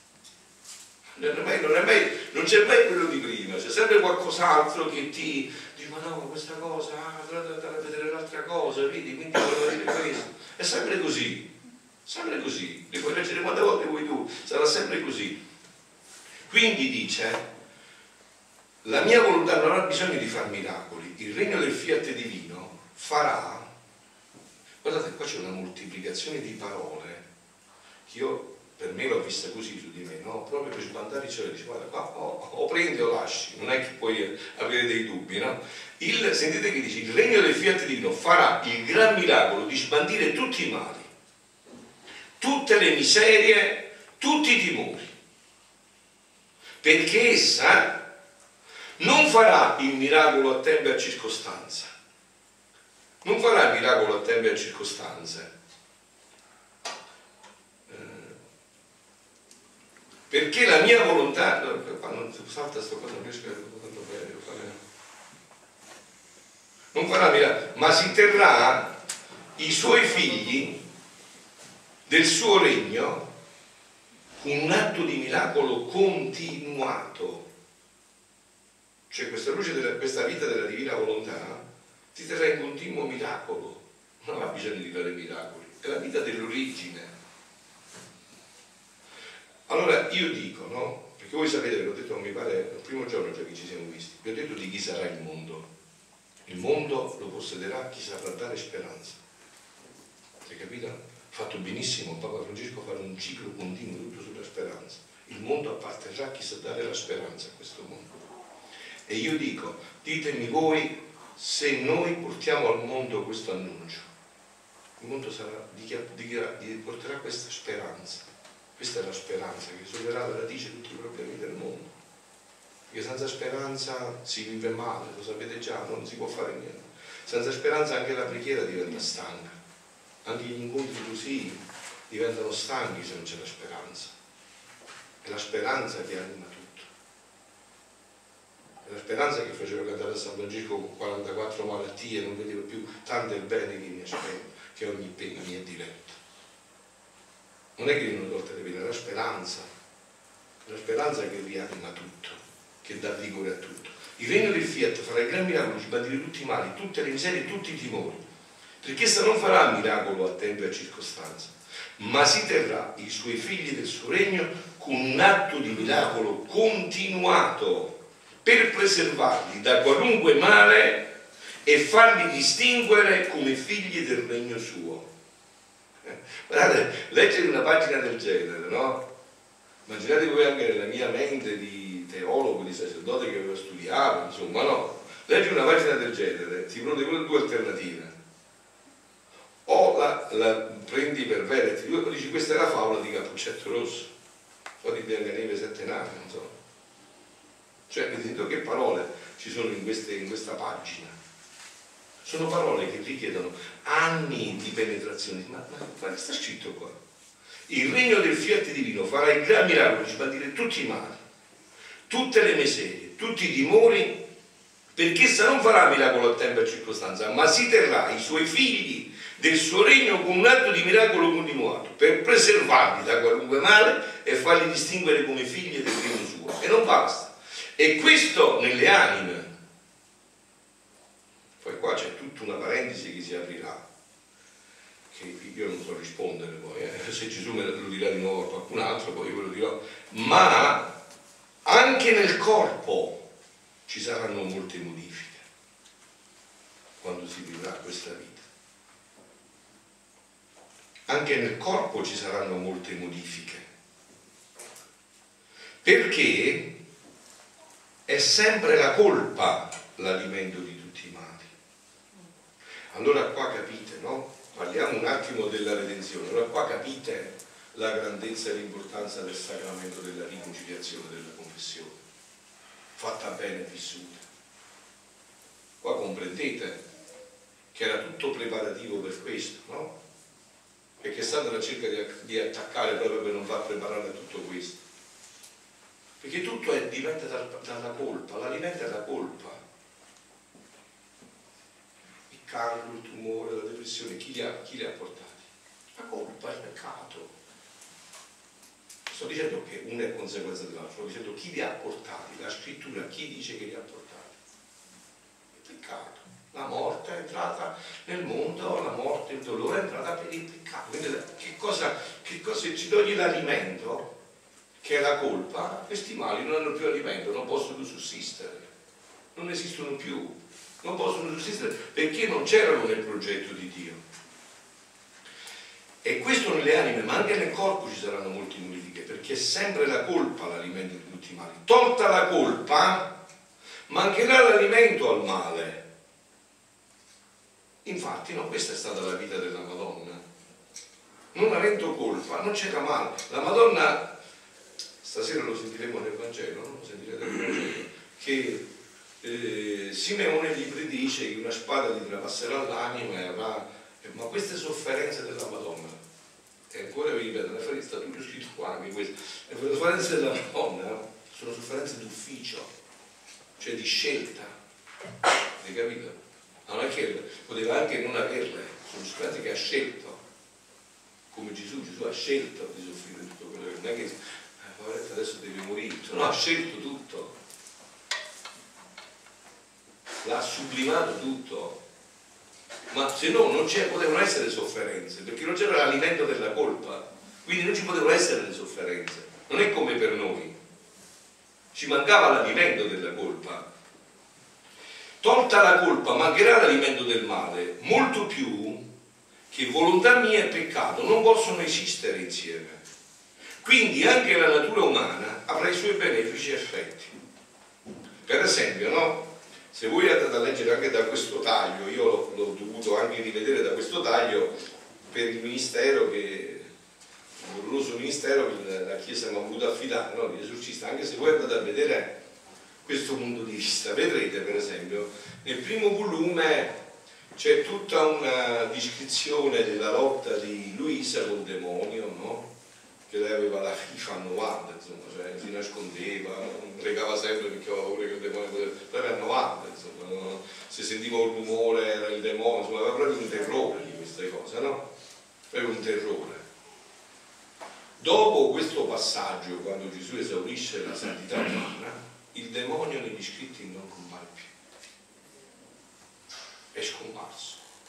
Non c'è mai quello di prima, c'è sempre qualcos'altro che ti dice, ma no, questa cosa, andare a vedere l'altra cosa, vedi, quindi volevo dire questo. È sempre così, li puoi leggere quante volte vuoi tu, sarà sempre così. Quindi dice, la mia volontà non ha bisogno di far miracoli, il regno del fiat divino farà. Guardate, qua c'è una moltiplicazione di parole che io per me l'ho vista così su di me, no? Proprio per sbandare il cielo, dice guarda qua o prendi o lasci, non è che puoi avere dei dubbi, no? Sentite che dice, il regno del fiat divino farà il gran miracolo di sbandire tutti i mali, tutte le miserie, tutti i timori, perché essa non farà il miracolo a tempo e a circostanza. Non farà il miracolo a tempo e a circostanze, perché la mia volontà, salta sta cosa, non riesco a farlo bene, non farà miracolo, ma si terrà i suoi figli del suo regno con un atto di miracolo continuato. Cioè questa luce, questa vita della divina volontà ti terrà in continuo miracolo, non ha bisogno di fare miracoli, è la vita dell'origine. Allora io dico, no? Perché voi sapete, ve l'ho detto, non mi pare, il primo giorno già che ci siamo visti, vi ho detto di chi sarà il mondo. Il mondo lo possederà chi saprà dare speranza. Hai capito? Ha fatto benissimo Papa Francesco fare un ciclo continuo tutto sulla speranza. Il mondo apparterrà a chi sa dare la speranza a questo mondo. E io dico, ditemi voi, se noi portiamo al mondo questo annuncio, il mondo sarà porterà questa speranza. Questa è la speranza che risolverà alla radice tutti i problemi del mondo. Perché senza speranza si vive male, lo sapete già, non si può fare niente. Senza speranza anche la preghiera diventa stanca, anche gli incontri così diventano stanchi se non c'è la speranza. È la speranza che anima tutto. È la speranza che faceva cantare a San Francesco con 44 malattie, non vedevo più tanto il bene che mi aspetta, che ogni pena mi è diletto. Non è che io non ho tolto le pene, è la speranza che rianima tutto, che dà vigore a tutto. Il regno del fiat farà il gran miracolo di sbandire tutti i mali, tutte le miserie, tutti i timori, perché essa non farà miracolo a tempo e a circostanza, ma si terrà i suoi figli del suo regno con un atto di miracolo continuato per preservarli da qualunque male e farli distinguere come figli del regno suo. Guardate, leggere una pagina del genere, no? Immaginate voi anche nella mia mente di teologo, di sacerdote che avevo studiato, insomma, no? Leggere una pagina del genere, ti propongo due alternative. O la prendi per vera e ti dici questa è la favola di Cappuccetto Rosso, o di Biancaneve Sette Nani, non so. Cioè, vedete che parole ci sono in questa pagina? Sono parole che richiedono anni di penetrazione. Ma che sta scritto qua? Il regno del fiat divino farà il gran miracolo di sbandire tutti i mali, tutte le miserie, tutti i timori, perché essa non farà miracolo a tempo e a circostanza, ma si terrà i suoi figli del suo regno con un atto di miracolo continuato, per preservarli da qualunque male e farli distinguere come figli del regno suo. E non basta. E questo nelle anime. Poi qua c'è tutta una parentesi che si aprirà, che io non so rispondere poi, se Gesù me lo dirà di nuovo a qualcun altro, poi io ve lo dirò, ma anche nel corpo ci saranno molte modifiche quando si vivrà questa vita. Anche nel corpo ci saranno molte modifiche, perché è sempre la colpa l'alimento di tutti i mali. Allora qua capite, no? Parliamo un attimo della redenzione, allora qua capite la grandezza e l'importanza del sacramento della riconciliazione, della confessione, fatta bene e vissuta. Qua comprendete che era tutto preparativo per questo, no? E che Satana cerca di attaccare proprio per non far preparare a tutto questo. Perché tutto dipende dalla colpa, l'alimento è la colpa. Il cancro, il tumore, la depressione, chi li ha portati? La colpa, il peccato. Sto dicendo che uno è conseguenza dell'altro, sto dicendo chi li ha portati, la scrittura chi dice che li ha portati? Il peccato. La morte è entrata nel mondo, la morte, il dolore è entrata per il peccato. Quindi che cosa ci togli l'alimento, che è la colpa, questi mali non hanno più alimento, non possono più sussistere, non esistono più, non possono sussistere perché non c'erano nel progetto di Dio. E questo nelle anime, ma anche nel corpo ci saranno molte modifiche, perché è sempre la colpa l'alimento di tutti i mali. Tolta la colpa, mancherà l'alimento al male. Infatti, no, questa è stata la vita della Madonna. Non avendo colpa, non c'era male. La Madonna, stasera lo sentiremo nel Vangelo, no? Lo sentirete nel Vangelo, che Simeone gli predice che una spada gli trapasserà l'anima e avrà... Ma queste sofferenze della Madonna, e ancora vi ripeto, ne farei stato tutto scritto qua anche questo, le sofferenze della Madonna sono sofferenze d'ufficio, cioè di scelta, hai capito? Non è che poteva anche non averle, sono sofferenze che ha scelto, come Gesù ha scelto di soffrire tutto quello che non è che poveretta adesso deve morire, no, ha scelto tutto, l'ha sublimato tutto, ma se no non potevano essere sofferenze, perché non c'era l'alimento della colpa, quindi non ci potevano essere le sofferenze, non è come per noi, ci mancava l'alimento della colpa. Tolta la colpa, mancherà l'alimento del male, molto più che volontà mia e peccato non possono esistere insieme. Quindi anche la natura umana avrà i suoi benefici effetti. Per esempio, no? Se voi andate a leggere anche da questo taglio, io l'ho dovuto anche rivedere da questo taglio per il ministero il doloroso ministero che la Chiesa mi ha voluto affidare, no? Di esorcista, anche se voi andate a vedere questo punto di vista, vedrete per esempio nel primo volume c'è tutta una descrizione della lotta di Luisa col demonio, no? Che lei aveva la FIFA 90, insomma, cioè si nascondeva, pregava sempre perché aveva paura che il demonio poteva, lei era 90, insomma, no? Se sentiva un rumore era il demonio, insomma, aveva proprio un terrore di queste cose, no? Proprio un terrore. Dopo questo passaggio, quando Gesù esaurisce la santità umana, il demonio negli scritti non compare più, è scomparso.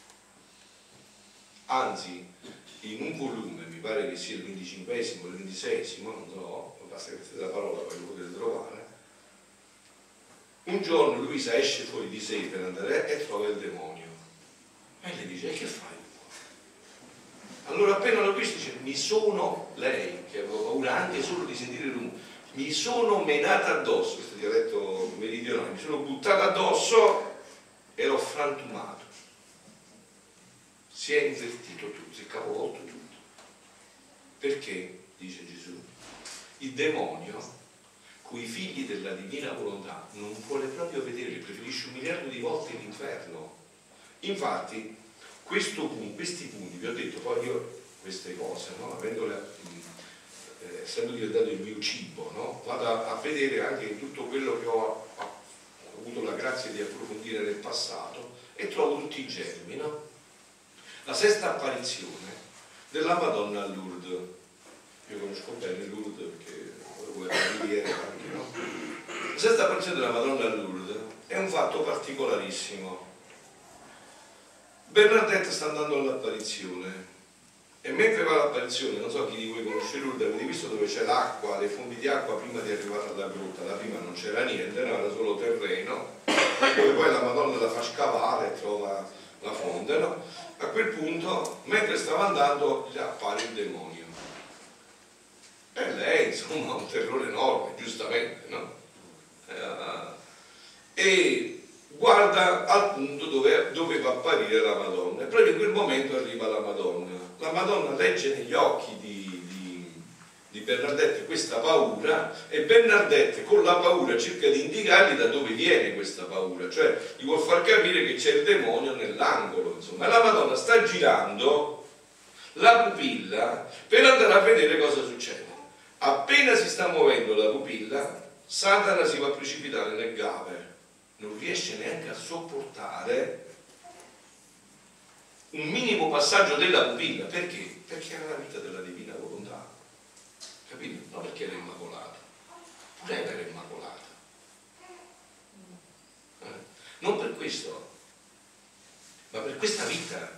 Anzi, in un volume, mi pare che sia il 25esimo o il 26esimo, non so, basta che sia la parola, poi lo potete trovare, un giorno Luisa esce fuori di sé per andare e trova il demonio. E lei dice, e che fai? Allora appena lo visto dice, mi sono, lei che aveva paura anche solo di sentire il rumore, mi sono menata addosso, questo dialetto meridionale, mi sono buttata addosso e l'ho frantumato. Si è invertito tutto, si è capovolto tutto. Perché, dice Gesù, il demonio, con i figli della divina volontà, non vuole proprio vederli, preferisce 1 miliardo di volte l'inferno. Infatti, questi punti, vi ho detto, poi io queste cose, no? Essendo diventato il mio cibo, no? Vado a vedere anche tutto quello che ho avuto la grazia di approfondire nel passato e trovo tutti i germi, no? La sesta apparizione della Madonna a Lourdes, io conosco bene Lourdes perché come riviera anche, no? La sesta apparizione della Madonna a Lourdes è un fatto particolarissimo. Bernadette sta andando all'apparizione e mentre va all'apparizione, non so chi di voi conosce Lourdes, avete visto dove c'è l'acqua, le fonti di acqua prima di arrivare alla grotta, la prima non c'era niente, no? Era solo terreno, dove poi la Madonna la fa scavare e trova la fonte, no? A quel punto, mentre stava andando, gli appare il demonio. E lei, insomma, ha un terrore enorme, giustamente, no? E guarda al punto dove doveva apparire la Madonna, e proprio in quel momento arriva la Madonna. La Madonna legge negli occhi di Bernardette questa paura, e Bernardette con la paura cerca di indicargli da dove viene questa paura, cioè gli vuol far capire che c'è il demonio nell'angolo, insomma. E la Madonna sta girando la pupilla per andare a vedere cosa succede. Appena si sta muovendo la pupilla, Satana si va a precipitare nel Gaber, non riesce neanche a sopportare un minimo passaggio della pupilla. Perché? Perché era la vita della divina volontà, capito? Non perché era immacolata, pure era immacolata, non per questo, ma per questa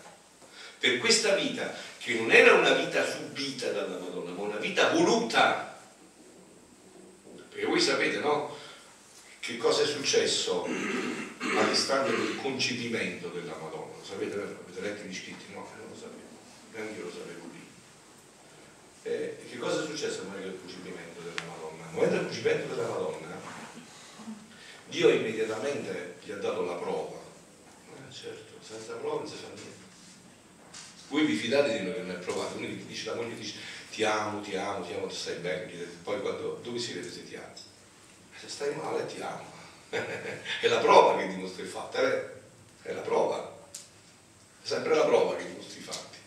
vita che non era una vita subita dalla Madonna, ma una vita voluta. Perché voi sapete, no? Che cosa è successo all'istante del concepimento della Madonna? Lo sapete? Avete letto gli scritti? No, non lo sapevo, neanche io lo sapevo lì. Che cosa è successo al momento del concepimento della Madonna? Al momento del concepimento della Madonna, Dio immediatamente gli ha dato la prova. Certo, senza prova non si fa niente. Voi vi fidate di uno che non è provato? Uno che dice, la moglie dice ti amo, tu stai bene, poi dove si vede se ti amo? Se stai male ti amo. È la prova che dimostra i fatti, è la prova, è sempre la prova che dimostra i fatti.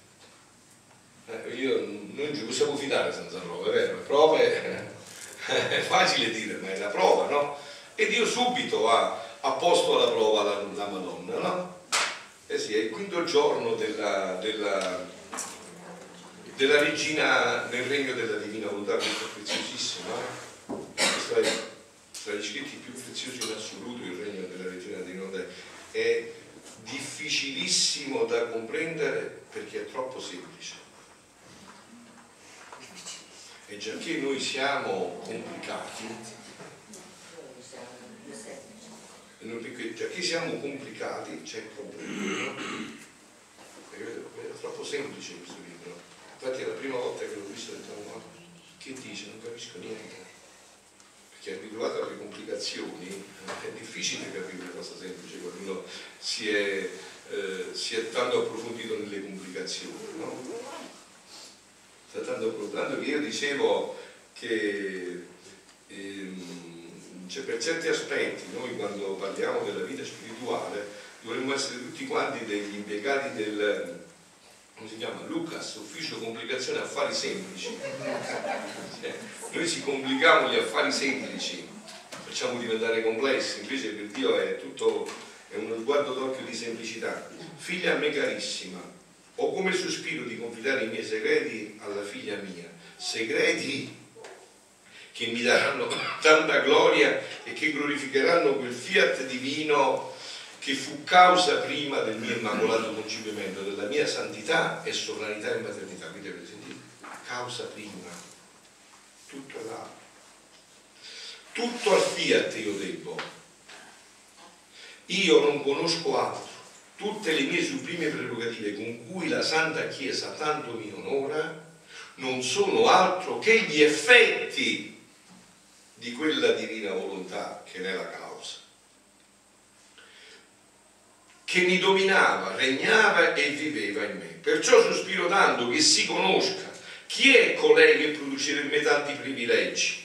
Noi non ci possiamo fidare senza prove, è vero? Le prove è facile dire, ma è la prova, no? E Dio subito ha posto alla prova la Madonna, no? Eh sì, è il quinto giorno della regina nel regno della divina volontà, questo è preziosissimo, questo è tra gli scritti più preziosi in assoluto, il regno della regina della divina volontà. È difficilissimo da comprendere perché è troppo semplice, e già che noi siamo complicati, c'è il problema, no? Perché è troppo semplice questo libro. Infatti è la prima volta che l'ho visto e ho detto, ma che dice? Non capisco niente, perché abituato alle complicazioni è difficile capire una cosa semplice quando uno si è tanto approfondito nelle complicazioni, no? Tanto che io dicevo che cioè, per certi aspetti noi quando parliamo della vita spirituale dovremmo essere tutti quanti degli impiegati del, come si chiama, Lucas, ufficio complicazione affari semplici. Noi ci complichiamo gli affari semplici, facciamo diventare complessi, invece per Dio è tutto, è uno sguardo d'occhio di semplicità. Figlia a me carissima, ho come sospiro di confidare i miei segreti alla figlia mia, segreti che mi daranno tanta gloria e che glorificheranno quel fiat divino che fu causa prima del mio immacolato concepimento, della mia santità e sovranità e maternità. Quindi avete sentito? Causa prima, tutto là, tutto al fiat io debbo. Io non conosco altro. Tutte le mie sublime prerogative con cui la Santa Chiesa tanto mi onora non sono altro che gli effetti di quella divina volontà che ne è la causa, che mi dominava, regnava e viveva in me. Perciò sospiro tanto che si conosca chi è colei che produce in me tanti privilegi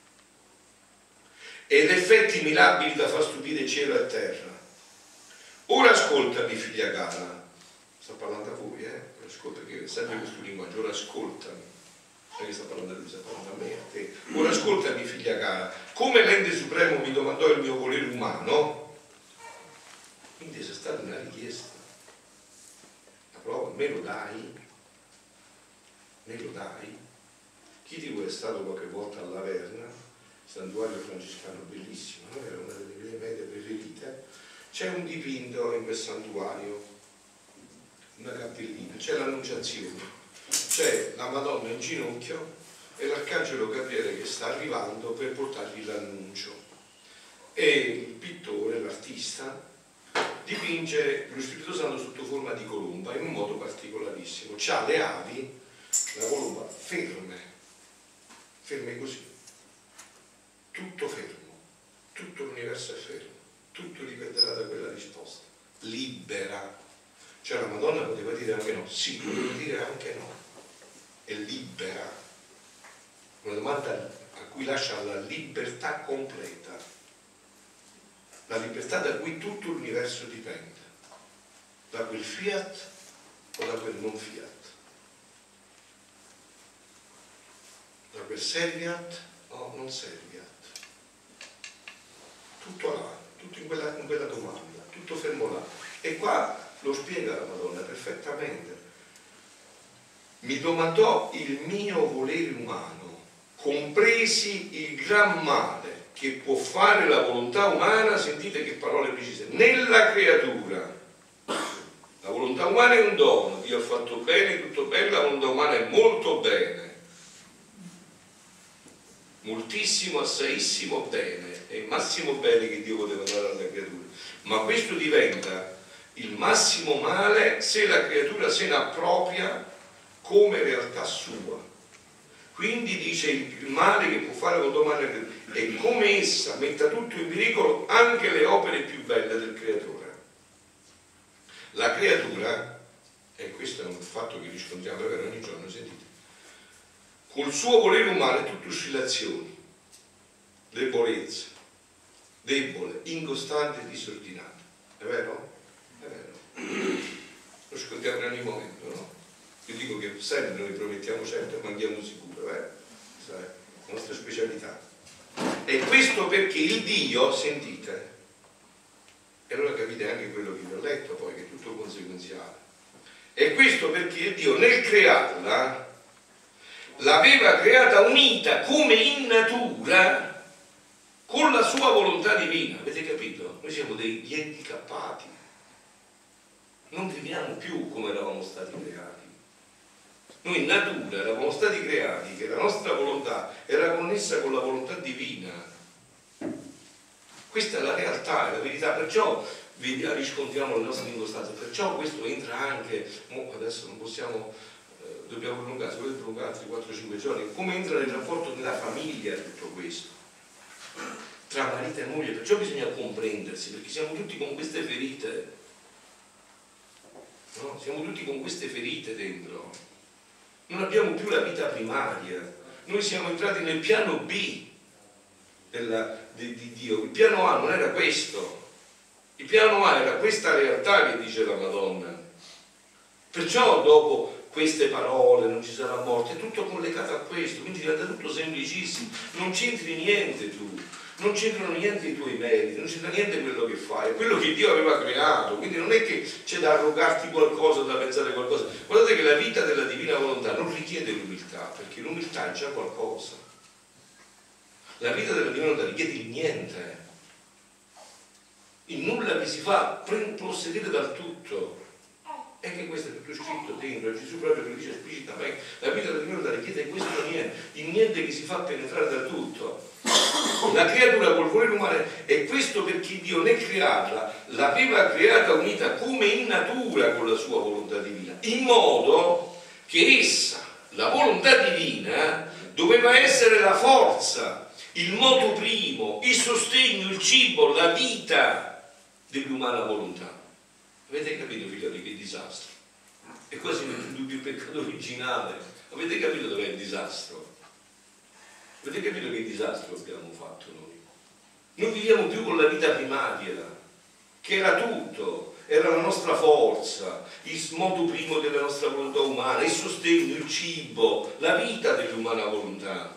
ed effetti mirabili da far stupire cielo e terra. Ora ascoltami, figlia cara, sta parlando a voi, ascolta, che è sempre questo linguaggio, ora ascoltami. Che sta parlando a lui, sta parlando a me, a te. Ora ascoltami, figlia cara, come l'ente supremo mi domandò il mio volere umano, quindi è stata una richiesta, la prova, me lo dai? Me lo dai? Chi di voi è stato qualche volta alla Verna, santuario francescano bellissimo, no? Era una delle mie mete preferite. C'è un dipinto in quel santuario, una cartellina, c'è l'Annunciazione, c'è la Madonna in ginocchio e l'Arcangelo Gabriele che sta arrivando per portargli l'annuncio, e il pittore, l'artista, dipinge lo Spirito Santo sotto forma di colomba in un modo particolarissimo. C'ha le ali, la colomba ferme così, tutto fermo, tutto l'universo è fermo, tutto dipenderà da quella risposta. Libera. Cioè la Madonna poteva dire anche no, sì, poteva dire anche no. È libera. Una domanda a cui lascia la libertà completa. La libertà da cui tutto l'universo dipende. Da quel fiat o da quel non fiat. Da quel serviat o non serviat. Tutto là, tutto in quella domanda, tutto fermo là. E qua lo spiega la Madonna perfettamente. Mi domandò il mio volere umano, compresi il gran male che può fare la volontà umana, sentite che parole precise, nella creatura. La volontà umana è un dono, Dio ha fatto bene, tutto bene, la volontà umana è molto bene. Moltissimo, assaissimo bene, è il massimo bene che Dio poteva dare alla creatura. Ma questo diventa il massimo male se la creatura se ne appropria come realtà sua. Quindi dice il male che può fare con domani è come essa metta tutto in pericolo, anche le opere più belle del creatore. La creatura, e questo è un fatto che riscontriamo davvero ogni giorno, sentite, col suo volere umano è tutto oscillazioni, debolezza, debole, incostante e disordinata. È vero? È vero. Lo scontiamo in ogni momento, no? Io dico che sempre noi promettiamo certo e manchiamo sicuro, questa è la nostra specialità. E questo perché il Dio, sentite, e allora capite anche quello che vi ho letto poi, che è tutto conseguenziale. E questo perché il Dio nel crearla l'aveva creata unita come in natura con la sua volontà divina. Avete capito? Noi siamo degli handicappati, non viviamo più come eravamo stati creati. Noi in natura eravamo stati creati che la nostra volontà era connessa con la volontà divina. Questa è la realtà, è la verità, perciò riscontriamo le nostre incostanze, perciò questo entra anche, adesso non possiamo, dobbiamo prolungare, se volete prolungare altri 4-5 giorni, come entra nel rapporto della famiglia tutto questo, tra marito e moglie, perciò bisogna comprendersi, perché siamo tutti con queste ferite, no? Siamo tutti con queste ferite dentro, non abbiamo più la vita primaria, noi siamo entrati nel piano B di Dio. Il piano A non era questo, il piano A era questa realtà che dice la Madonna. Perciò dopo queste parole non ci sarà morte, è tutto collegato a questo, quindi diventa tutto semplicissimo, non c'entri niente tu, non c'entrano niente i tuoi meriti, non c'entra niente quello che fai, è quello che Dio aveva creato, quindi non è che c'è da arrogarti qualcosa, da pensare qualcosa. Guardate che la vita della divina volontà non richiede l'umiltà, perché l'umiltà è già qualcosa. La vita della divina volontà richiede il niente, il nulla che si fa possedere dal tutto. E che questo è tutto scritto dentro, Gesù proprio lo dice esplicitamente, la vita della divina volontà richiede questo niente, il niente che si fa penetrare dal tutto. La creatura col volere umano è questo perché Dio nel crearla l'aveva creata unita come in natura con la sua volontà divina, in modo che essa, la volontà divina, doveva essere la forza, il moto primo, il sostegno, il cibo, la vita dell'umana volontà. Avete capito, figlioli, che disastro? E qua si mette in dubbio il peccato originale. Avete capito dov'è il disastro? Avete capito che disastro abbiamo fatto noi? Non viviamo più con la vita primaria, che era tutto, era la nostra forza, il modo primo della nostra volontà umana, il sostegno, il cibo, la vita dell'umana volontà.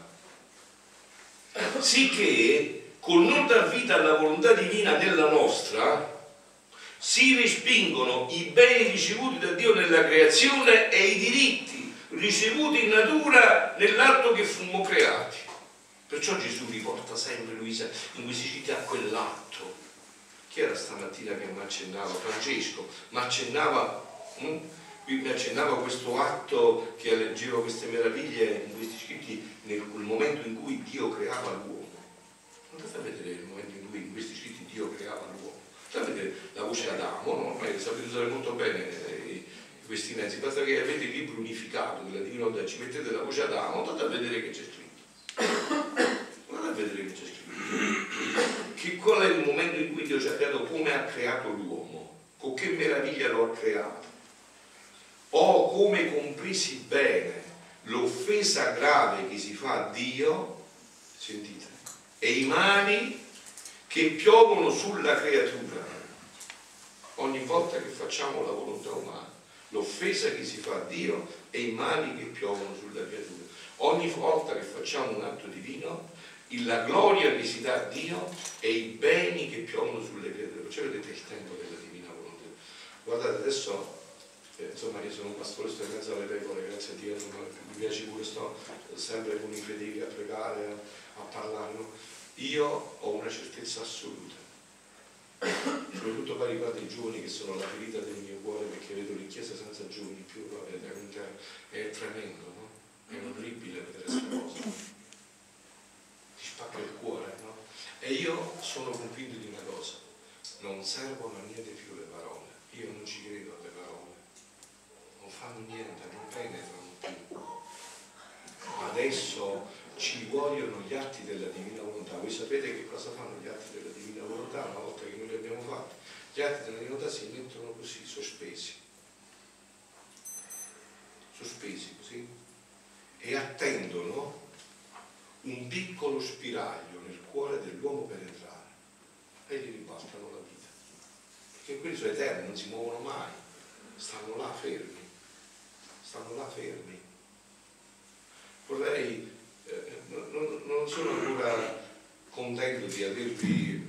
Sicché, col non dar vita alla volontà divina della nostra, si respingono i beni ricevuti da Dio nella creazione e i diritti ricevuti in natura nell'atto che fummo creati. Perciò Gesù riporta sempre, Luisa, in questi scritti a quell'atto. Chi era stamattina che mi accennava? Francesco, mi accennava questo atto che leggeva queste meraviglie in questi scritti nel momento in cui Dio creava l'uomo. Andate a vedere il momento in cui in questi scritti Dio creava l'uomo. Andate a vedere la voce Adamo, no? Ormai sapete usare molto bene questi mezzi, basta che avete il libro unificato della Divina Volontà, ci mettete la voce Adamo, andate a vedere che c'è scritto. Andate a vedere che c'è scritto. Che qual è il momento in cui Dio ci ha creato, come ha creato l'uomo, con che meraviglia lo ha creato. O come compresi bene l'offesa grave che si fa a Dio, sentite, e i mali che piovono sulla creatura. Ogni volta che facciamo la volontà umana, l'offesa che si fa a Dio e i mali che piovono sulla creatura. Ogni volta che facciamo un atto divino, la gloria che si dà a Dio e i beni che piovono sulle creature. Perciò vedete il tempo della divina volontà. Guardate, adesso insomma io sono un pastore, sto in mezzo alle pecore, grazie a Dio, mi piace pure, sto sempre con i fedeli a pregare, a parlare, no? Io ho una certezza assoluta, soprattutto poi riguardo i giovani che sono la ferita del mio cuore, perché vedo le chiese senza giovani più, è tremendo, no? È orribile vedere questa cosa, no? Ti spacca il cuore, no? E io sono convinto di una cosa: non servono a niente più le parole, io non ci credo alle parole, non fanno niente, non penetrano più. Adesso ci vogliono gli atti della divina volontà. Voi sapete che cosa fanno gli atti della divina volontà una volta che noi li abbiamo fatti? Gli atti della divina volontà si mettono così, sospesi così, e attendono un piccolo spiraglio nel cuore dell'uomo per entrare, e gli ribaltano la vita, perché quelli sono eterni, non si muovono mai, stanno là fermi. Vorrei, non sono ancora contento di avervi,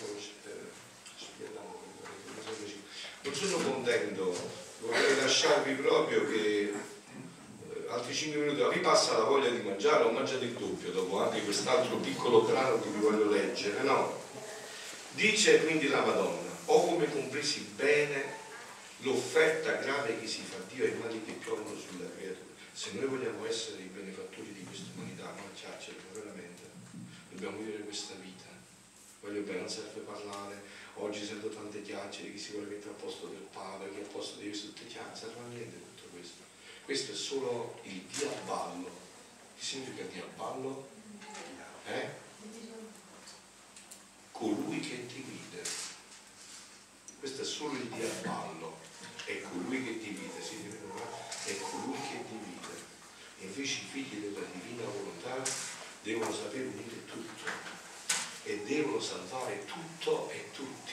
non sono contento, vorrei lasciarvi proprio che altri 5 minuti, ma vi passa la voglia di mangiare, o mangiate il doppio dopo anche quest'altro piccolo brano che vi voglio leggere, no? Dice quindi la Madonna: o come compresi bene l'offerta grave che si fa a Dio e i mali che piovono sulla creatura. Se noi vogliamo essere i benefattori di questa umanità, mangiarcela veramente, dobbiamo vivere questa vita. Voglio bene, non serve parlare, oggi sento tante chiacchiere, chi si vuole mettere a posto del Padre, chi a posto di questo, tutte chiacchiere, non serve a niente tutto questo. Questo è solo il diaballo. Che significa diaballo? Colui che divide. Questo è solo il diaballo. È colui che divide, è colui che divide. E invece i figli della divina volontà devono sapere unire tutto e devono salvare tutto e tutti.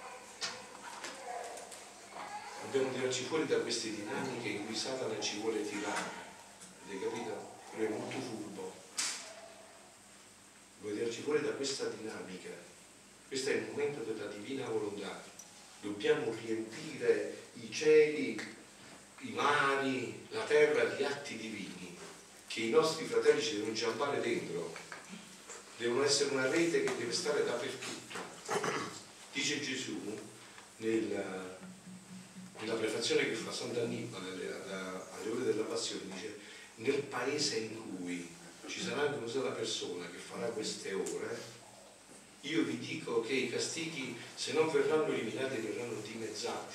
Dobbiamo tirarci fuori da queste dinamiche in cui Satana ci vuole tirare. Avete capito? Lui è molto furbo. Vuole tirarci fuori da questa dinamica. Questo è il momento della divina volontà. Dobbiamo riempire i cieli, i mari, la terra di atti divini, che i nostri fratelli ci devono inciampare dentro. Devono essere una rete che deve stare dappertutto. Dice Gesù nella prefazione che fa Sant'Annibale alle ore della passione, dice: nel paese in cui ci sarà anche una sola persona che farà queste ore, io vi dico che i castighi, se non verranno eliminati, verranno dimezzati.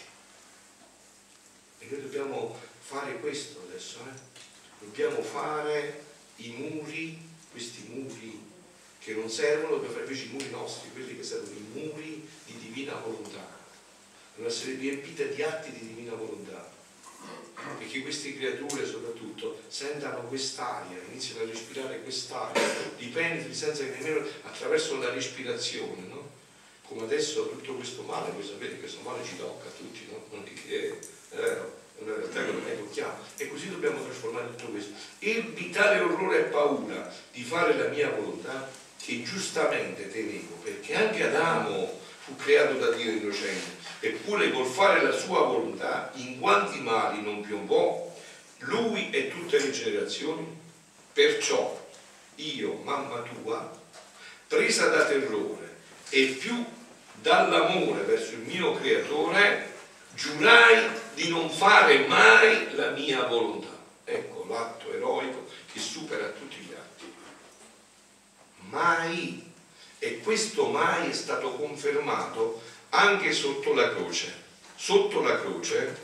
E noi dobbiamo fare questo adesso, dobbiamo fare i muri, questi muri che non servono, dobbiamo fare invece i muri nostri, quelli che servono, i muri di divina volontà. Devono essere riempite di atti di divina volontà, perché queste creature soprattutto sentano quest'aria, iniziano a respirare quest'aria, li penetri senza che nemmeno attraverso la respirazione, no? Come adesso tutto questo male, voi sapete che questo male ci tocca a tutti, no? Non è che è una realtà che non è tocchiamo, e così dobbiamo trasformare tutto questo. Ebbi tale orrore e paura di fare la mia volontà che giustamente temevo, perché anche Adamo fu creato da Dio innocente, eppure col fare la sua volontà in quanti mali non piombò lui e tutte le generazioni. Perciò io, mamma tua, presa da terrore e più dall'amore verso il mio creatore, giurai di non fare mai la mia volontà. Ecco l'atto eroico che supera tutti gli atti. Mai. E questo mai è stato confermato anche sotto la croce. Sotto la croce,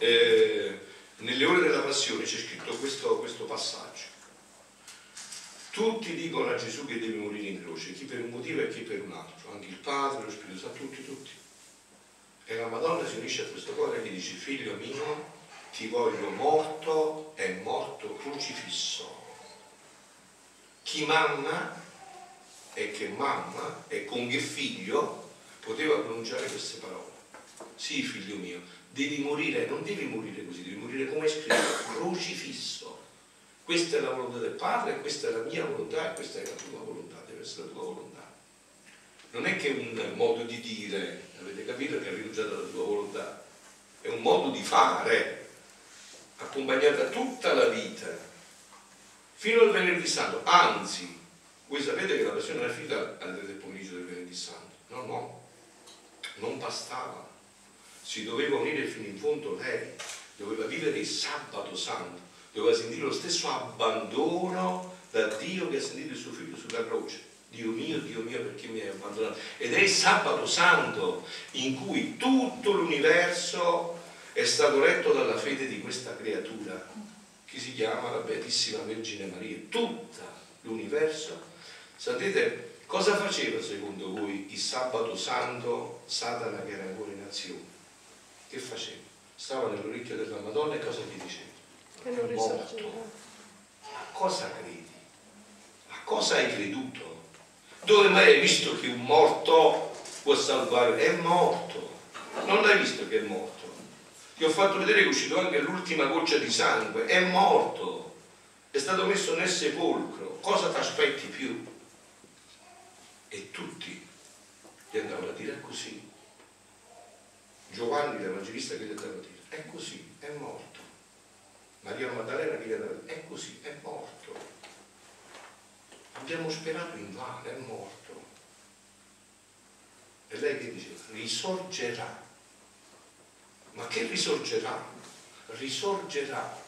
nelle ore della passione, c'è scritto questo passaggio: Tutti dicono a Gesù che deve morire in croce, chi per un motivo e chi per un altro, anche il Padre, lo Spirito Santo, tutti. E la Madonna si unisce a questo cuore e gli dice: figlio mio, ti voglio morto e morto crocifisso. Chi mamma e con che figlio poteva pronunciare queste parole? Sì, figlio mio, devi morire, non devi morire così, devi morire come è scritto, crocifisso. Questa è la volontà del Padre, questa è la mia volontà e questa è la tua volontà, deve essere la tua volontà. Non è che è un modo di dire, avete capito che ha rinunciato alla tua volontà, è un modo di fare, accompagnata tutta la vita, fino al venerdì santo. Anzi, voi sapete che la passione era finita alle 3 del pomeriggio del venerdì santo? No, non bastava, si doveva unire fino in fondo lei, doveva vivere il sabato santo, doveva sentire lo stesso abbandono da Dio che ha sentito il suo figlio sulla croce. Dio mio, perché mi hai abbandonato? Ed è il sabato santo in cui tutto l'universo è stato retto dalla fede di questa creatura che si chiama la Beatissima Vergine Maria. Tutto l'universo. Sapete cosa faceva secondo voi il sabato santo Satana, che era ancora in azione? Che faceva? Stava nell'orecchio della Madonna e cosa gli diceva? Che non risorgerà. A cosa credi? A cosa hai creduto? Dove mai hai visto che un morto può salvare? È morto. Non l'hai visto che è morto? Ti ho fatto vedere che è uscito anche l'ultima goccia di sangue. È morto. È stato messo nel sepolcro. Cosa ti aspetti più? E tutti gli andavano a dire: è così. Giovanni l'Evangelista che gli andava a dire: è così, è morto. Maria Maddalena che gli andava a dire: è così, è morto. Abbiamo sperato invano, è morto. E lei che diceva? Risorgerà. Ma che risorgerà? Risorgerà.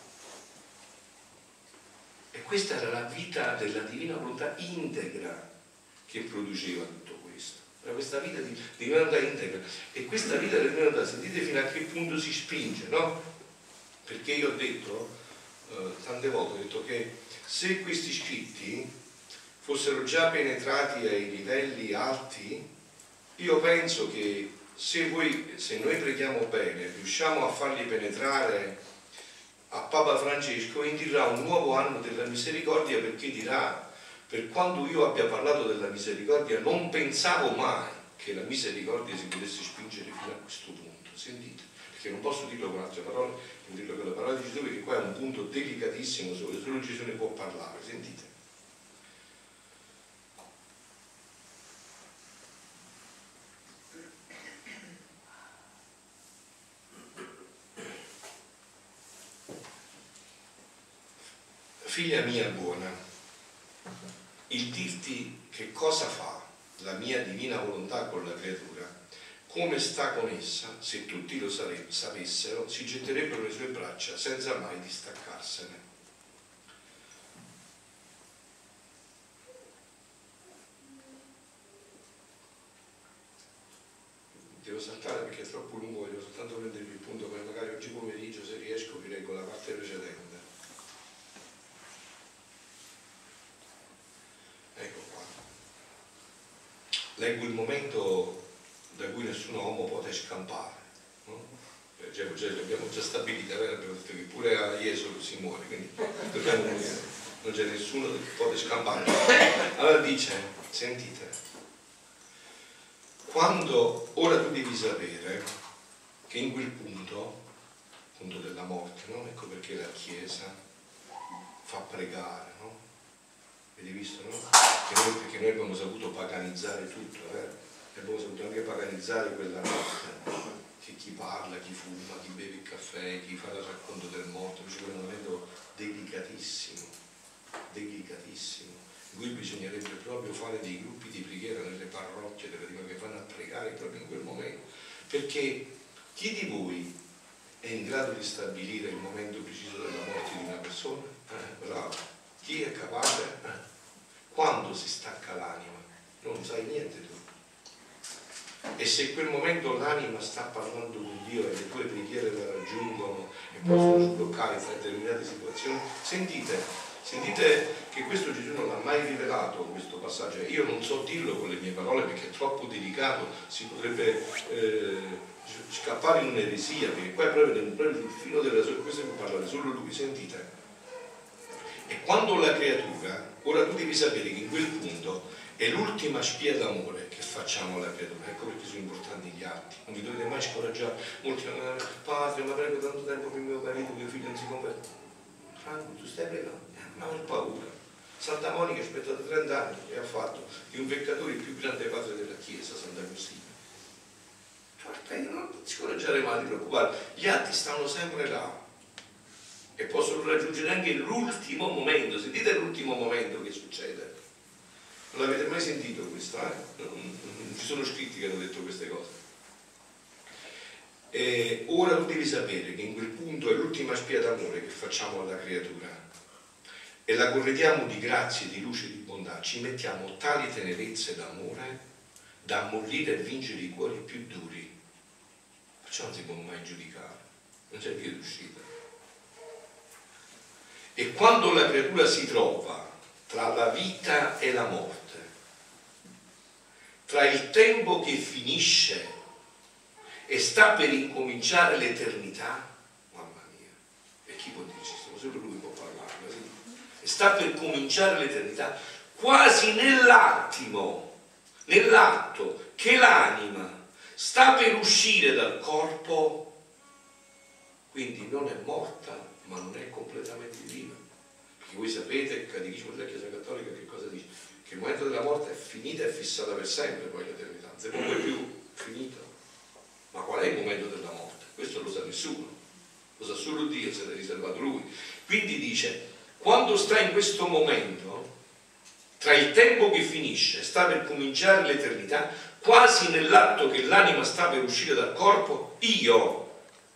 E questa era la vita della divina volontà integra che produceva tutto questo. Era questa vita di divina volontà integra. E questa vita della divina volontà, sentite fino a che punto si spinge, no? Perché io ho detto, tante volte, ho detto che se questi scritti fossero già penetrati ai livelli alti, io penso che se noi preghiamo bene, riusciamo a farli penetrare a Papa Francesco, indirà un nuovo anno della misericordia, perché dirà: per quando io abbia parlato della misericordia non pensavo mai che la misericordia si potesse spingere fino a questo punto. Sentite, perché non posso dirlo con altre parole, non dirlo con le parole di Gesù, perché qua è un punto delicatissimo dove solo Gesù ne può parlare. Sentite. Figlia mia buona, il dirti che cosa fa la mia divina volontà con la creatura, come sta con essa, se tutti lo sapessero, si getterebbero le sue braccia senza mai distaccarsene. Devo saltare perché è troppo lungo, voglio soltanto prendervi il punto, poi magari oggi pomeriggio, se riesco, vi leggo la parte precedente. Ecco qua. Leggo il momento da cui nessun uomo può scampare, no? Abbiamo già stabilito, abbiamo detto che pure a Gesù si muore, quindi dobbiamo morire, non c'è nessuno che può scampare. Allora dice, sentite, ora tu devi sapere che in quel punto della morte, no? Ecco perché la Chiesa fa pregare, no? Avete visto, no? Perché noi abbiamo saputo paganizzare tutto, abbiamo saputo anche paganizzare quella notte, che chi parla, chi fuma, chi beve il caffè, chi fa il racconto del morto, invece è un momento delicatissimo, in cui bisognerebbe proprio fare dei gruppi di preghiera nelle parrocchie che vanno a pregare proprio in quel momento, perché chi di voi è in grado di stabilire il momento preciso della morte di una persona? Bravo. Chi è capace? Quando si stacca l'anima? Non sai niente tu. E se in quel momento l'anima sta parlando con Dio e le tue preghiere la raggiungono e possono sbloccare determinate situazioni, sentite, Sentite che questo Gesù non l'ha mai rivelato, questo passaggio. Io non so dirlo con le mie parole perché è troppo delicato, si potrebbe scappare in un'eresia, perché qua è proprio sul filo della sua, questo può parlare solo lui, sentite. E quando la creatura, ora tu devi sapere che in quel punto è l'ultima spia d'amore che facciamo alla creatura, ecco perché sono importanti gli atti, non vi dovete mai scoraggiare, molti dicono, padre, ma prego tanto tempo per mio marito, mio figlio non si converte. Franco, tu stai pregando? Non ho paura. Santa Monica ha aspettato 30 anni e ha fatto di un peccatore il più grande padre della Chiesa, Sant'Agostino. Non ti scoraggiare mai, ti preoccupare, gli atti stanno sempre là e possono raggiungere anche l'ultimo momento. Sentite l'ultimo momento che succede. Non l'avete mai sentito questo? Non ci sono scritti che hanno detto queste cose. E ora tu devi sapere che in quel punto è l'ultima spia d'amore che facciamo alla creatura e la corrediamo di grazie, di luce e di bontà, ci mettiamo tali tenerezze d'amore da ammollire e vincere i cuori più duri. Perciò non si può mai giudicare, non c'è più d'uscita. E quando la creatura si trova tra la vita e la morte, tra il tempo che finisce e sta per incominciare l'eternità, mamma mia, e chi può dirci? Solo lui può parlarne, sì. E sta per cominciare l'eternità, quasi nell'atto che l'anima sta per uscire dal corpo, quindi non è morta, ma non è completamente viva. Perché voi sapete, il Catechismo della Chiesa Cattolica che cosa dice? Che il momento della morte è finita e fissata per sempre, poi l'eternità, se non è più finito. Ma qual è il momento della morte? Questo lo sa nessuno, lo sa solo Dio, se l'ha riservato Lui. Quindi dice, quando sta in questo momento, tra il tempo che finisce, sta per cominciare l'eternità, quasi nell'atto che l'anima sta per uscire dal corpo, io,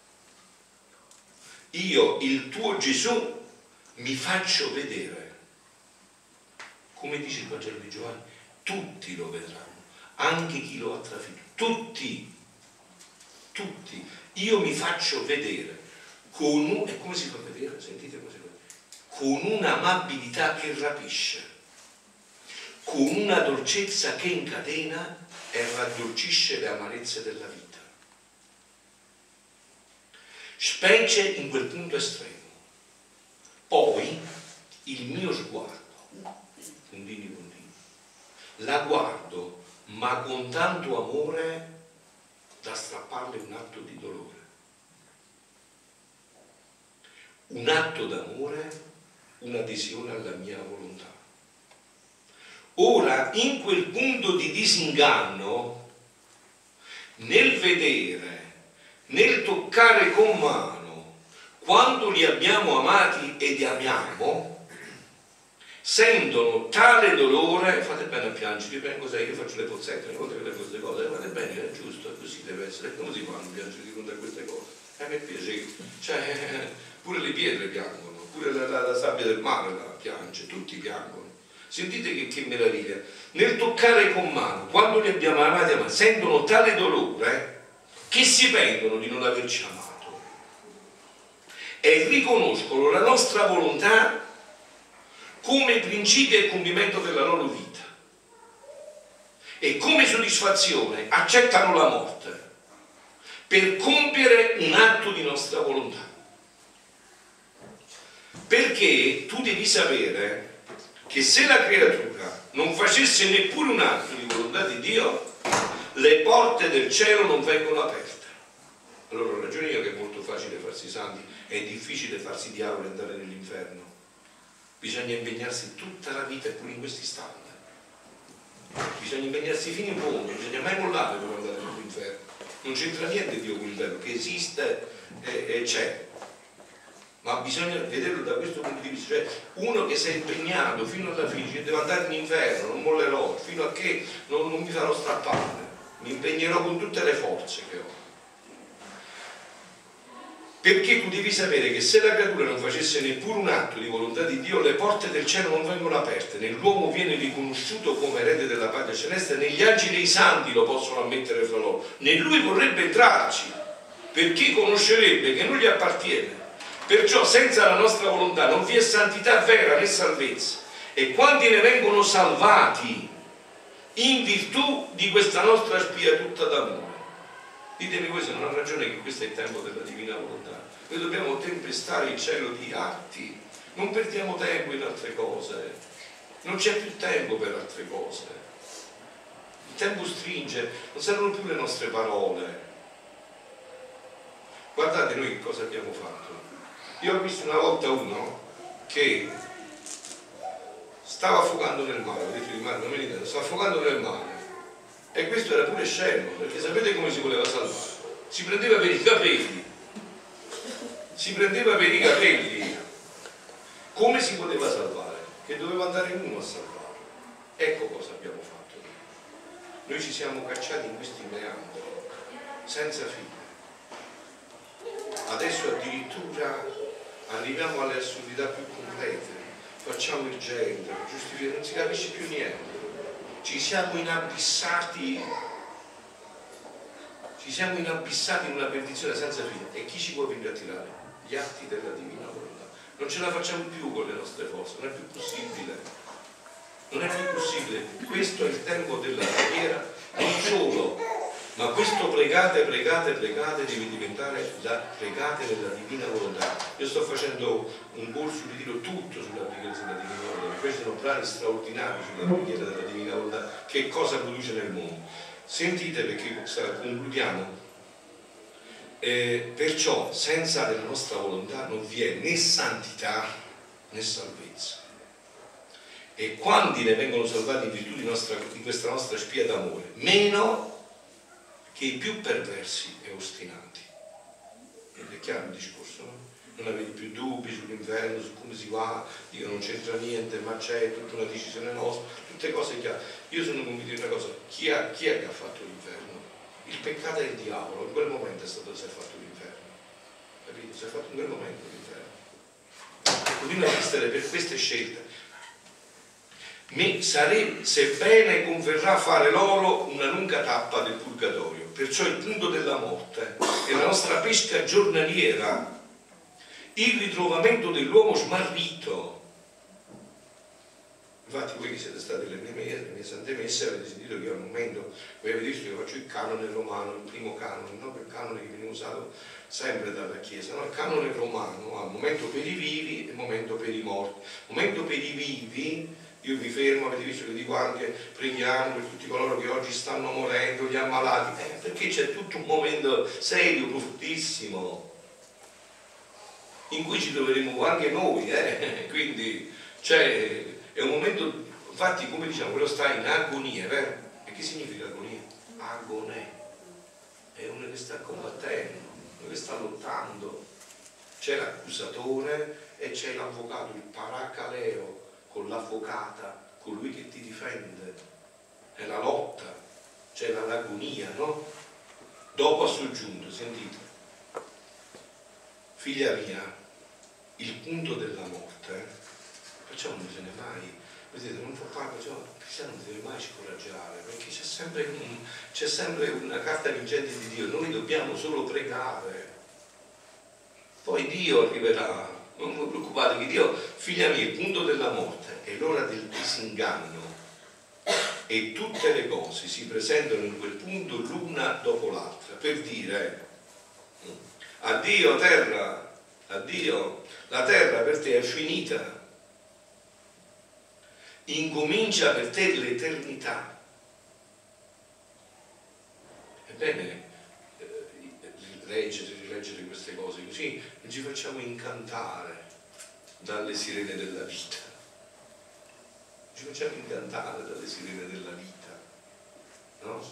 il tuo Gesù, mi faccio vedere. Come dice il Vangelo di Giovanni, tutti lo vedranno, anche chi lo ha trafitto, tutti, io mi faccio vedere e come si fa vedere? Sentite come si fa vedere? Con un'amabilità che rapisce, con una dolcezza che incatena e raddolcisce le amarezze della vita, specie in quel punto estremo. Poi il mio sguardo, puntini, la guardo, ma con tanto amore da strapparle un atto di dolore. Un atto d'amore, un'adesione alla mia volontà. Ora, in quel punto di disinganno, nel vedere, nel toccare con mano, quando li abbiamo amati e li amiamo, sentono tale dolore, fate bene a piangere, io piango sai, io faccio le pozzette, mi conto che le queste cose, fate bene, è giusto, è così deve essere, come si fa a non piangere di fronte a queste cose? A me piace, cioè, pure le pietre piangono, pure la sabbia del mare la piange, tutti piangono. Sentite che meraviglia, nel toccare con mano, quando li abbiamo amati, sentono tale dolore che si pentono di non averci amato e riconoscono la nostra volontà come principio e compimento della loro vita e come soddisfazione accettano la morte per compiere un atto di nostra volontà. Perché tu devi sapere che se la creatura non facesse neppure un atto di volontà di Dio, le porte del cielo non vengono aperte. Allora ho ragione io che è molto facile farsi santi, è difficile farsi diavolo e andare nell'inferno. Bisogna impegnarsi tutta la vita e pure in questo istante. Bisogna impegnarsi fino in fondo, non bisogna mai mollare per andare nell'inferno. Non c'entra niente Dio con l'inferno, che esiste e c'è. Ma bisogna vederlo da questo punto di vista, cioè uno che si è impegnato fino alla fine, cioè, devo andare in inferno, non mollerò, fino a che non mi farò strappare, mi impegnerò con tutte le forze che ho. Perché tu devi sapere che se la creatura non facesse neppure un atto di volontà di Dio, le porte del cielo non vengono aperte, né l'uomo viene riconosciuto come erede della patria celeste, né gli angeli e i santi lo possono ammettere fra loro, né lui vorrebbe entrarci, perché conoscerebbe che non gli appartiene, Perciò senza la nostra volontà non vi è santità vera né salvezza. E quanti ne vengono salvati in virtù di questa nostra spia tutta d'amore? Ditemi voi se non ha ragione che questo è il tempo della divina volontà. Noi dobbiamo tempestare il cielo di atti, non perdiamo tempo in altre cose, non c'è più tempo per altre cose. Il tempo stringe, non servono più le nostre parole. Guardate noi che cosa abbiamo fatto. Io ho visto una volta uno che stava affogando nel mare, ho detto di mare, non mi ricordo, stava affogando nel mare. E questo era pure scemo, perché sapete come si voleva salvare? Si prendeva per i capelli. Si prendeva per i capelli. Come si poteva salvare? Che doveva andare uno a salvare. Ecco cosa abbiamo fatto. Noi ci siamo cacciati in questi meandri, senza fine. Adesso addirittura arriviamo alle assurdità più complete. Facciamo il gender, giustifichiamo, non si capisce più niente. Ci siamo inabissati in una perdizione senza fine. E chi ci può venire a tirare? Gli atti della divina volontà. Non ce la facciamo più con le nostre forze, non è più possibile. Non è più possibile. Questo è il tempo della preghiera, non solo, ma questo pregate deve diventare la pregate della divina volontà. Io sto facendo un corso di tiro tutto sulla preghiera della divina volontà. Questi sono brani straordinari sulla preghiera della divina volontà. Che cosa produce nel mondo? Sentite, perché concludiamo. Perciò senza la nostra volontà non vi è né santità né salvezza. E quanti ne vengono salvati in virtù di questa nostra spia d'amore? Meno che i più perversi e ostinati. Ed è chiaro il discorso, no? Non avete più dubbi sull'inferno, su come si va, dico non c'entra niente, ma c'è tutta una decisione nostra, tutte cose chiare. Io sono convinto di una cosa: chi è che ha fatto l'inferno? Il peccato è il diavolo, in quel momento è stato che si è fatto l'inferno, capito? Si è fatto in quel momento l'inferno. E continua a esistere per queste scelte. Sebbene converrà fare loro una lunga tappa del purgatorio, perciò il punto della morte è la nostra pesca giornaliera, il ritrovamento dell'uomo smarrito. Infatti voi che siete stati le mie sante messe avete sentito che io al momento, voi avete visto che io faccio il canone romano, il primo canone, no? Il canone che viene usato sempre dalla Chiesa, no? Il canone romano ha il momento per i vivi e il momento per i morti. Il momento per i vivi, io vi fermo, avete visto che dico anche preghiamo per tutti coloro che oggi stanno morendo, gli ammalati, perché c'è tutto un momento serio, profondissimo, in cui ci troveremo anche noi, quindi è un momento, infatti come diciamo, quello sta in agonia, vero? E che significa agonia? Agone, è uno che sta combattendo, uno che sta lottando, c'è l'accusatore e c'è l'avvocato, il paracaleo, con l'avvocata, colui che ti difende, è la lotta, c'è l'agonia, no? Dopo ha soggiunto, sentite, figlia mia, il punto della morte, perciò non bisogna mai, vedete, non può fare, perciò il cristiano non deve mai scoraggiare, perché c'è sempre una carta vincente di Dio, noi dobbiamo solo pregare, poi Dio arriverà. Non vi preoccupate che Dio, figlia mia, il punto della morte è l'ora del disinganno e tutte le cose si presentano in quel punto l'una dopo l'altra, per dire addio terra, addio, la terra per te è finita, incomincia per te l'eternità. Ebbene, rileggere queste cose così non ci facciamo incantare dalle sirene della vita, ci facciamo incantare dalle sirene della vita, no?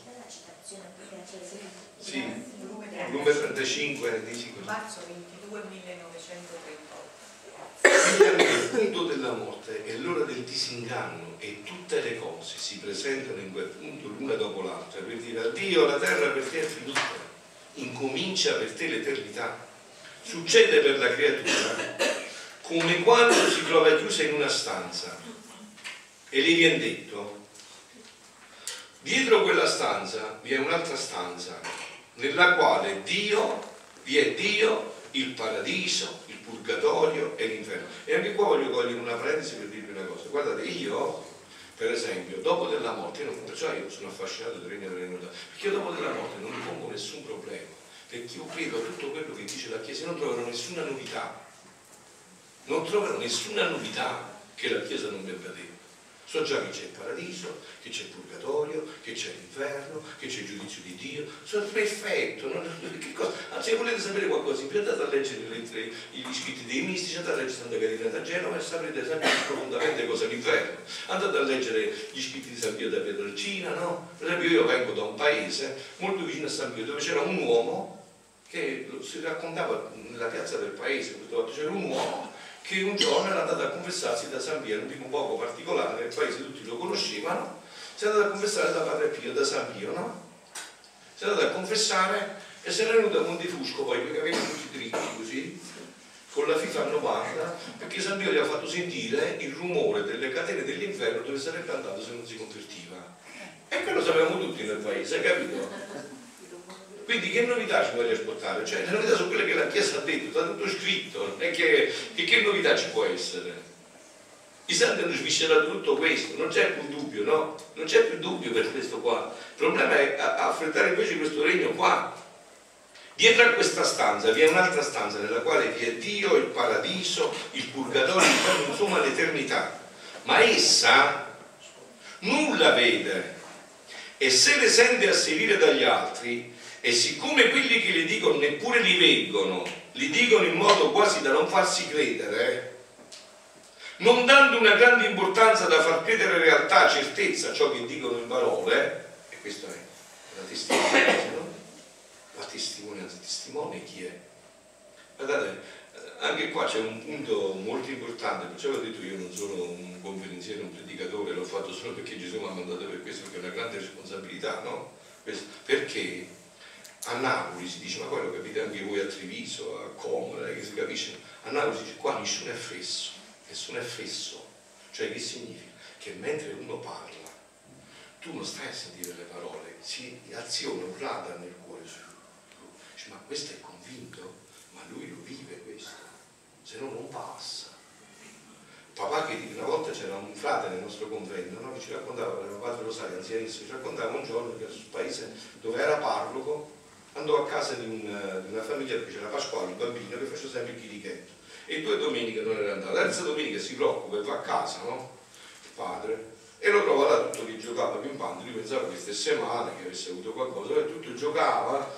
Sì, volume 35 dici così. Marzo 22 1938. Il punto della morte è l'ora del disinganno e tutte le cose si presentano in quel punto l'una dopo l'altra, per dire addio, la terra per te è finita, incomincia per te l'eternità. Succede per la creatura come quando si trova chiusa in una stanza e le viene detto: dietro quella stanza vi è un'altra stanza nella quale vi è Dio, il paradiso, il purgatorio e l'inferno. E anche qua voglio cogliere una parentesi per dirvi una cosa. Guardate, io, per esempio, dopo della morte, perciò io sono affascinato del regno delle novità, perché io dopo della morte non mi pongo nessun problema, perché io credo a tutto quello che dice la Chiesa, non troverò nessuna novità. Non troverò nessuna novità che la Chiesa non mi abbia detto. So già che c'è il paradiso, che c'è il purgatorio, che c'è l'inferno, che c'è il giudizio di Dio. Sono perfetto. Che cosa? Anzi, se volete sapere qualcosa, andate a leggere gli scritti dei mistici, andate a leggere Santa Caterina da Genova e saprete sempre più profondamente cosa è l'inferno. Andate a leggere gli scritti di San Pio da Pietrelcina, no? Per esempio, io vengo da un paese molto vicino a San Pio, dove c'era un uomo che si raccontava nella piazza del paese, c'era un uomo che un giorno era andato a confessarsi da San Pio, un tipo un poco particolare, nel paese tutti lo conoscevano, si è andato a confessare da Padre Pio, da San Pio, no? Si è andato a confessare e se n'è venuto a Montefusco poi, con i capelli tutti dritti così, con la FIFA a 90, perché San Pio gli ha fatto sentire il rumore delle catene dell'inferno dove sarebbe andato se non si convertiva. E quello sapevamo tutti nel paese, hai capito? Quindi che novità ci voglio ascoltare? Cioè le novità sono quelle che la Chiesa ha detto, sta tutto scritto, non è che novità ci può essere? I santi hanno sviscerato tutto questo, non c'è più dubbio, no? Non c'è più dubbio per questo qua. Il problema è affrontare invece questo regno qua. Dietro a questa stanza vi è un'altra stanza nella quale vi è Dio, il paradiso, il purgatorio, insomma l'eternità. Ma essa nulla vede e se le sente asserire dagli altri, e siccome quelli che le dicono neppure li veggono, li dicono in modo quasi da non farsi credere, non dando una grande importanza da far credere in realtà, certezza, ciò che dicono in parole, e questa è la testimonianza, no? La testimonianza, testimone chi è? Guardate, anche qua c'è un punto molto importante, perciò ho detto io non sono un conferenziere, un predicatore, l'ho fatto solo perché Gesù mi ha mandato per questo, perché è una grande responsabilità, no? Perché a Napoli si dice, ma poi lo capite anche voi a Treviso, a Como, che si capisce, a Napoli si dice qua nessuno è fesso, cioè che significa? Che mentre uno parla, tu non stai a sentire le parole, si aziona un radar nel cuore suo. Dici, ma questo è convinto? Ma lui lo vive questo, se no non passa. Papà che una volta c'era un frate nel nostro convento, no? Che ci raccontava, era padre Rosario, anzianissimo, ci raccontava un giorno che sul paese dove era parroco andò a casa di una famiglia dove c'era Pasquale, il bambino, che faceva sempre il chirichetto, e 2 domeniche non era andato. La terza domenica si preoccupa e va a casa, no? Il padre, e lo trova là tutto che giocava pimpando. Lui pensava che stesse male, che avesse avuto qualcosa, e tutto giocava,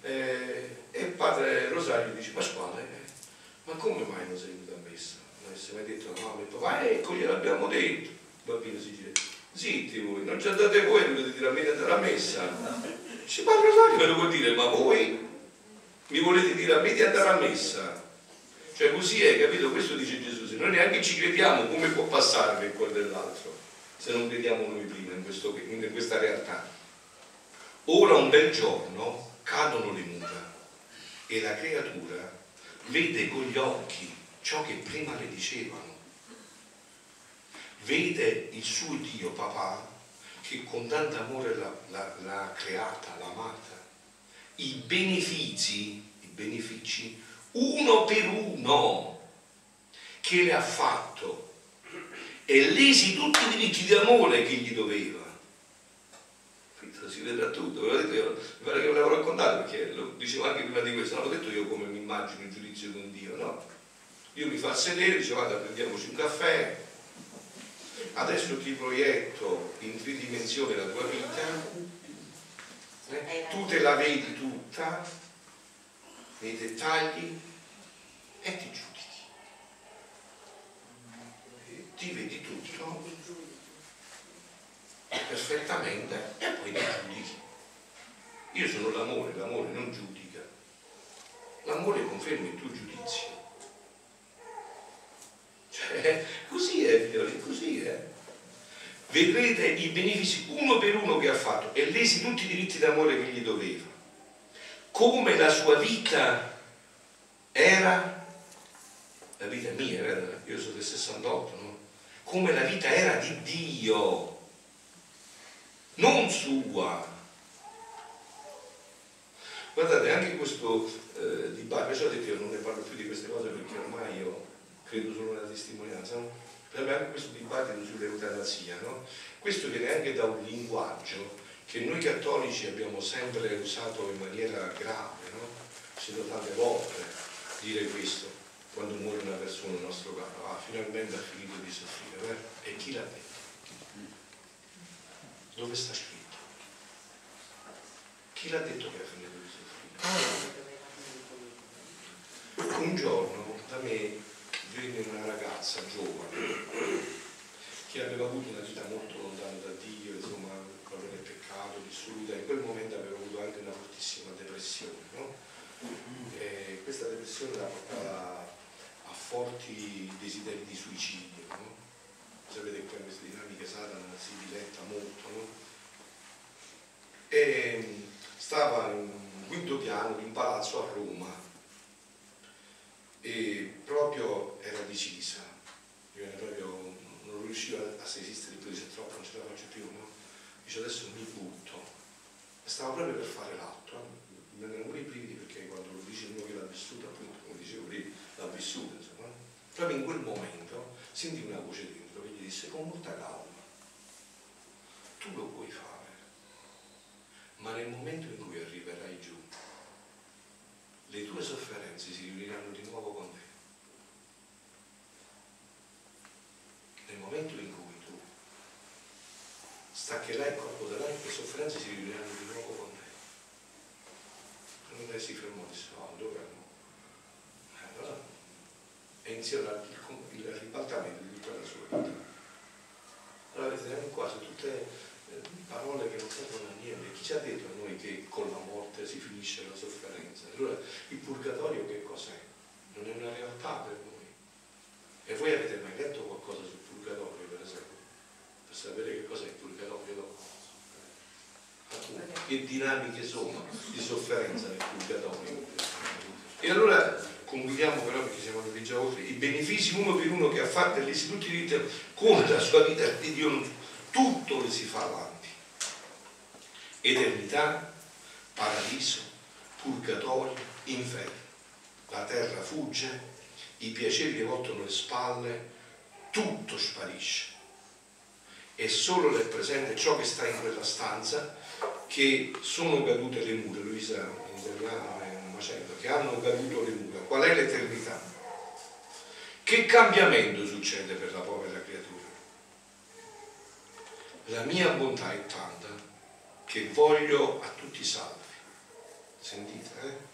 e il padre Rosario dice, Pasquale, ma come mai non sei venuto a messa? Non avesse mai detto a mamma e papà, ecco gliel'abbiamo detto. Il bambino si dice, zitti voi, non ci andate voi, dovete dire a me di andare a messa. Dice, padre Rosario me lo vuol dire, ma voi mi volete dire a me di andare a messa? Cioè così è, capito? Questo dice Gesù, se noi neanche ci crediamo, come può passare per cuore dell'altro, se non crediamo noi prima in questa realtà? Ora un bel giorno cadono le mura e la creatura vede con gli occhi ciò che prima le dicevano. Vede il suo Dio, papà, che con tanto amore l'ha creata, l'ha amata. I benefici, uno per uno, che le ha fatto, e lesi tutti i diritti di amore che gli doveva. Si vedrà tutto, ve l'ho detto io, mi pare che ve l'avevo raccontato, perché lo dicevo anche prima di questo, non l'ho detto io come mi immagino il giudizio con Dio, no? Dio mi fa sedere, dice guarda prendiamoci un caffè, adesso ti proietto in tridimensione la tua vita, tu te la vedi tutta, nei dettagli, e ti giudichi. Ti vedi tutto perfettamente e poi ti giudichi. Io sono l'amore non giudica. L'amore conferma il tuo giudizio. Cioè, così è, figlioli, così è. Vedrete i benefici uno per uno che ha fatto e lesi tutti i diritti d'amore che gli doveva. Come la sua vita era, la vita mia, era, io sono del 68, no? Come la vita era di Dio, non sua. Guardate, anche questo dibattito, ho detto io non ne parlo più di queste cose perché ormai io credo solo nella testimonianza, no? Per me anche questo dibattito sull'eutanasia, no? Questo viene anche da un linguaggio che noi cattolici abbiamo sempre usato in maniera grave, no? Si sento tante volte dire questo, quando muore una persona nel nostro caro, finalmente ha finito di soffrire, e chi l'ha detto? Dove sta scritto? Chi l'ha detto che ha finito di soffrire? Un giorno da me venne una ragazza giovane che aveva avuto una vita molto lontana da Dio, insomma, proprio nel peccato, dissoluta. In quel momento aveva avuto anche una fortissima depressione, no? E questa depressione la portava a forti desideri di suicidio, no? Sapete che in queste dinamiche Satana si diletta molto, no? E stava in un quinto piano di un palazzo a Roma e proprio era decisa, proprio non riusciva a resistere più, dice troppo, non ce la faccio più, no? Dice adesso mi butto. E stava proprio per fare l'atto, mi vengono pure i brividi perché quando lo dice uno che l'ha vissuto, appunto, come dicevo prima, l'ha vissuto, insomma. Proprio in quel momento sentì una voce dentro che gli disse con molta calma, tu lo puoi fare, ma nel momento in cui arriverai giù, le tue sofferenze si riuniranno di nuovo con te. Nel momento in cui tu staccherai il corpo dall'aria, le sofferenze si riuniranno di nuovo con te. Non lei si fermò e disse, no, dove no? Allora, e iniziò il ribaltamento di tutta la sua vita. Allora vedete, qua sono tutte parole che non servono a niente. Chi ci ha detto a noi che con la morte si finisce la sofferenza? Allora il purgatorio che cos'è? Non è una realtà per noi. E voi avete mai letto qualcosa sul purgatorio, per esempio? Per sapere che cos'è il purgatorio dopo? Che dinamiche sono di sofferenza nel purgatorio? E allora concludiamo però perché siamo andati già oltre. I benefici uno per uno che ha fatto dell'istituto di vita come la sua vita di Dio, tutto le si fa avanti. Eternità, paradiso, purgatorio, inferno. La terra fugge, i piaceri le voltano le spalle, tutto sparisce. E solo è presente ciò che sta in quella stanza, che sono cadute le mura. Luisa in italiano è un macello, che hanno caduto le mura. Qual è l'eternità? Che cambiamento succede per la povera creatura? La mia bontà è tanta che voglio a tutti salvi. Sentite,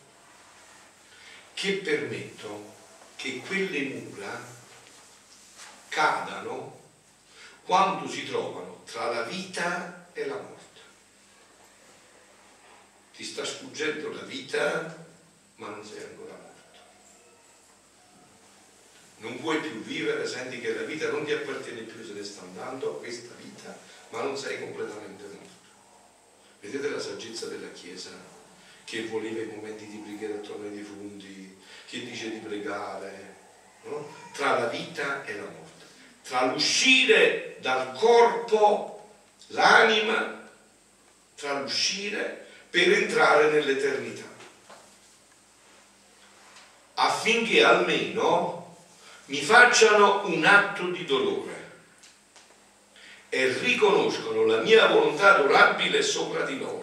che permetto che quelle mura cadano quando si trovano tra la vita e la morte. Ti sta sfuggendo la vita, ma non sei ancora morto. Non puoi più vivere, senti che la vita non ti appartiene più, se ne sta andando questa vita, ma non sei completamente morto. Vedete la saggezza della Chiesa, che voleva i momenti di preghiera attorno ai defunti, che dice di pregare, no? Tra la vita e la morte, tra l'uscire dal corpo, l'anima, tra l'uscire per entrare nell'eternità, affinché almeno mi facciano un atto di dolore e riconoscono la mia volontà adorabile sopra di loro.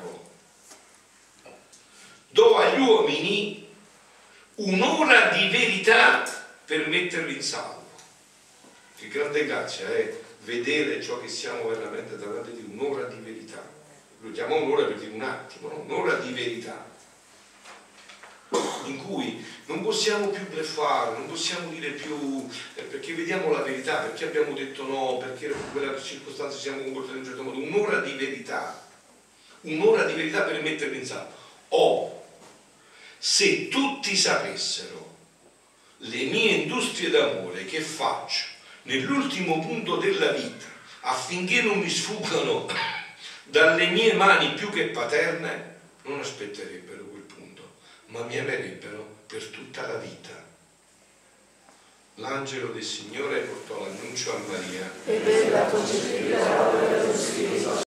Do agli uomini un'ora di verità per metterli in salvo. Che grande grazia è vedere ciò che siamo veramente davanti di un'ora di verità. Lo chiamiamo un'ora per dire un attimo, no? Un'ora di verità in cui non possiamo più bluffare, non possiamo dire più perché vediamo la verità, perché abbiamo detto no, perché in quella circostanza siamo comportati in un certo modo. Un'ora di verità per metterli in salvo. Se tutti sapessero le mie industrie d'amore che faccio nell'ultimo punto della vita affinché non mi sfuggano dalle mie mani più che paterne, non aspetterebbero quel punto, ma mi amerebbero per tutta la vita. L'angelo del Signore portò l'annuncio a Maria.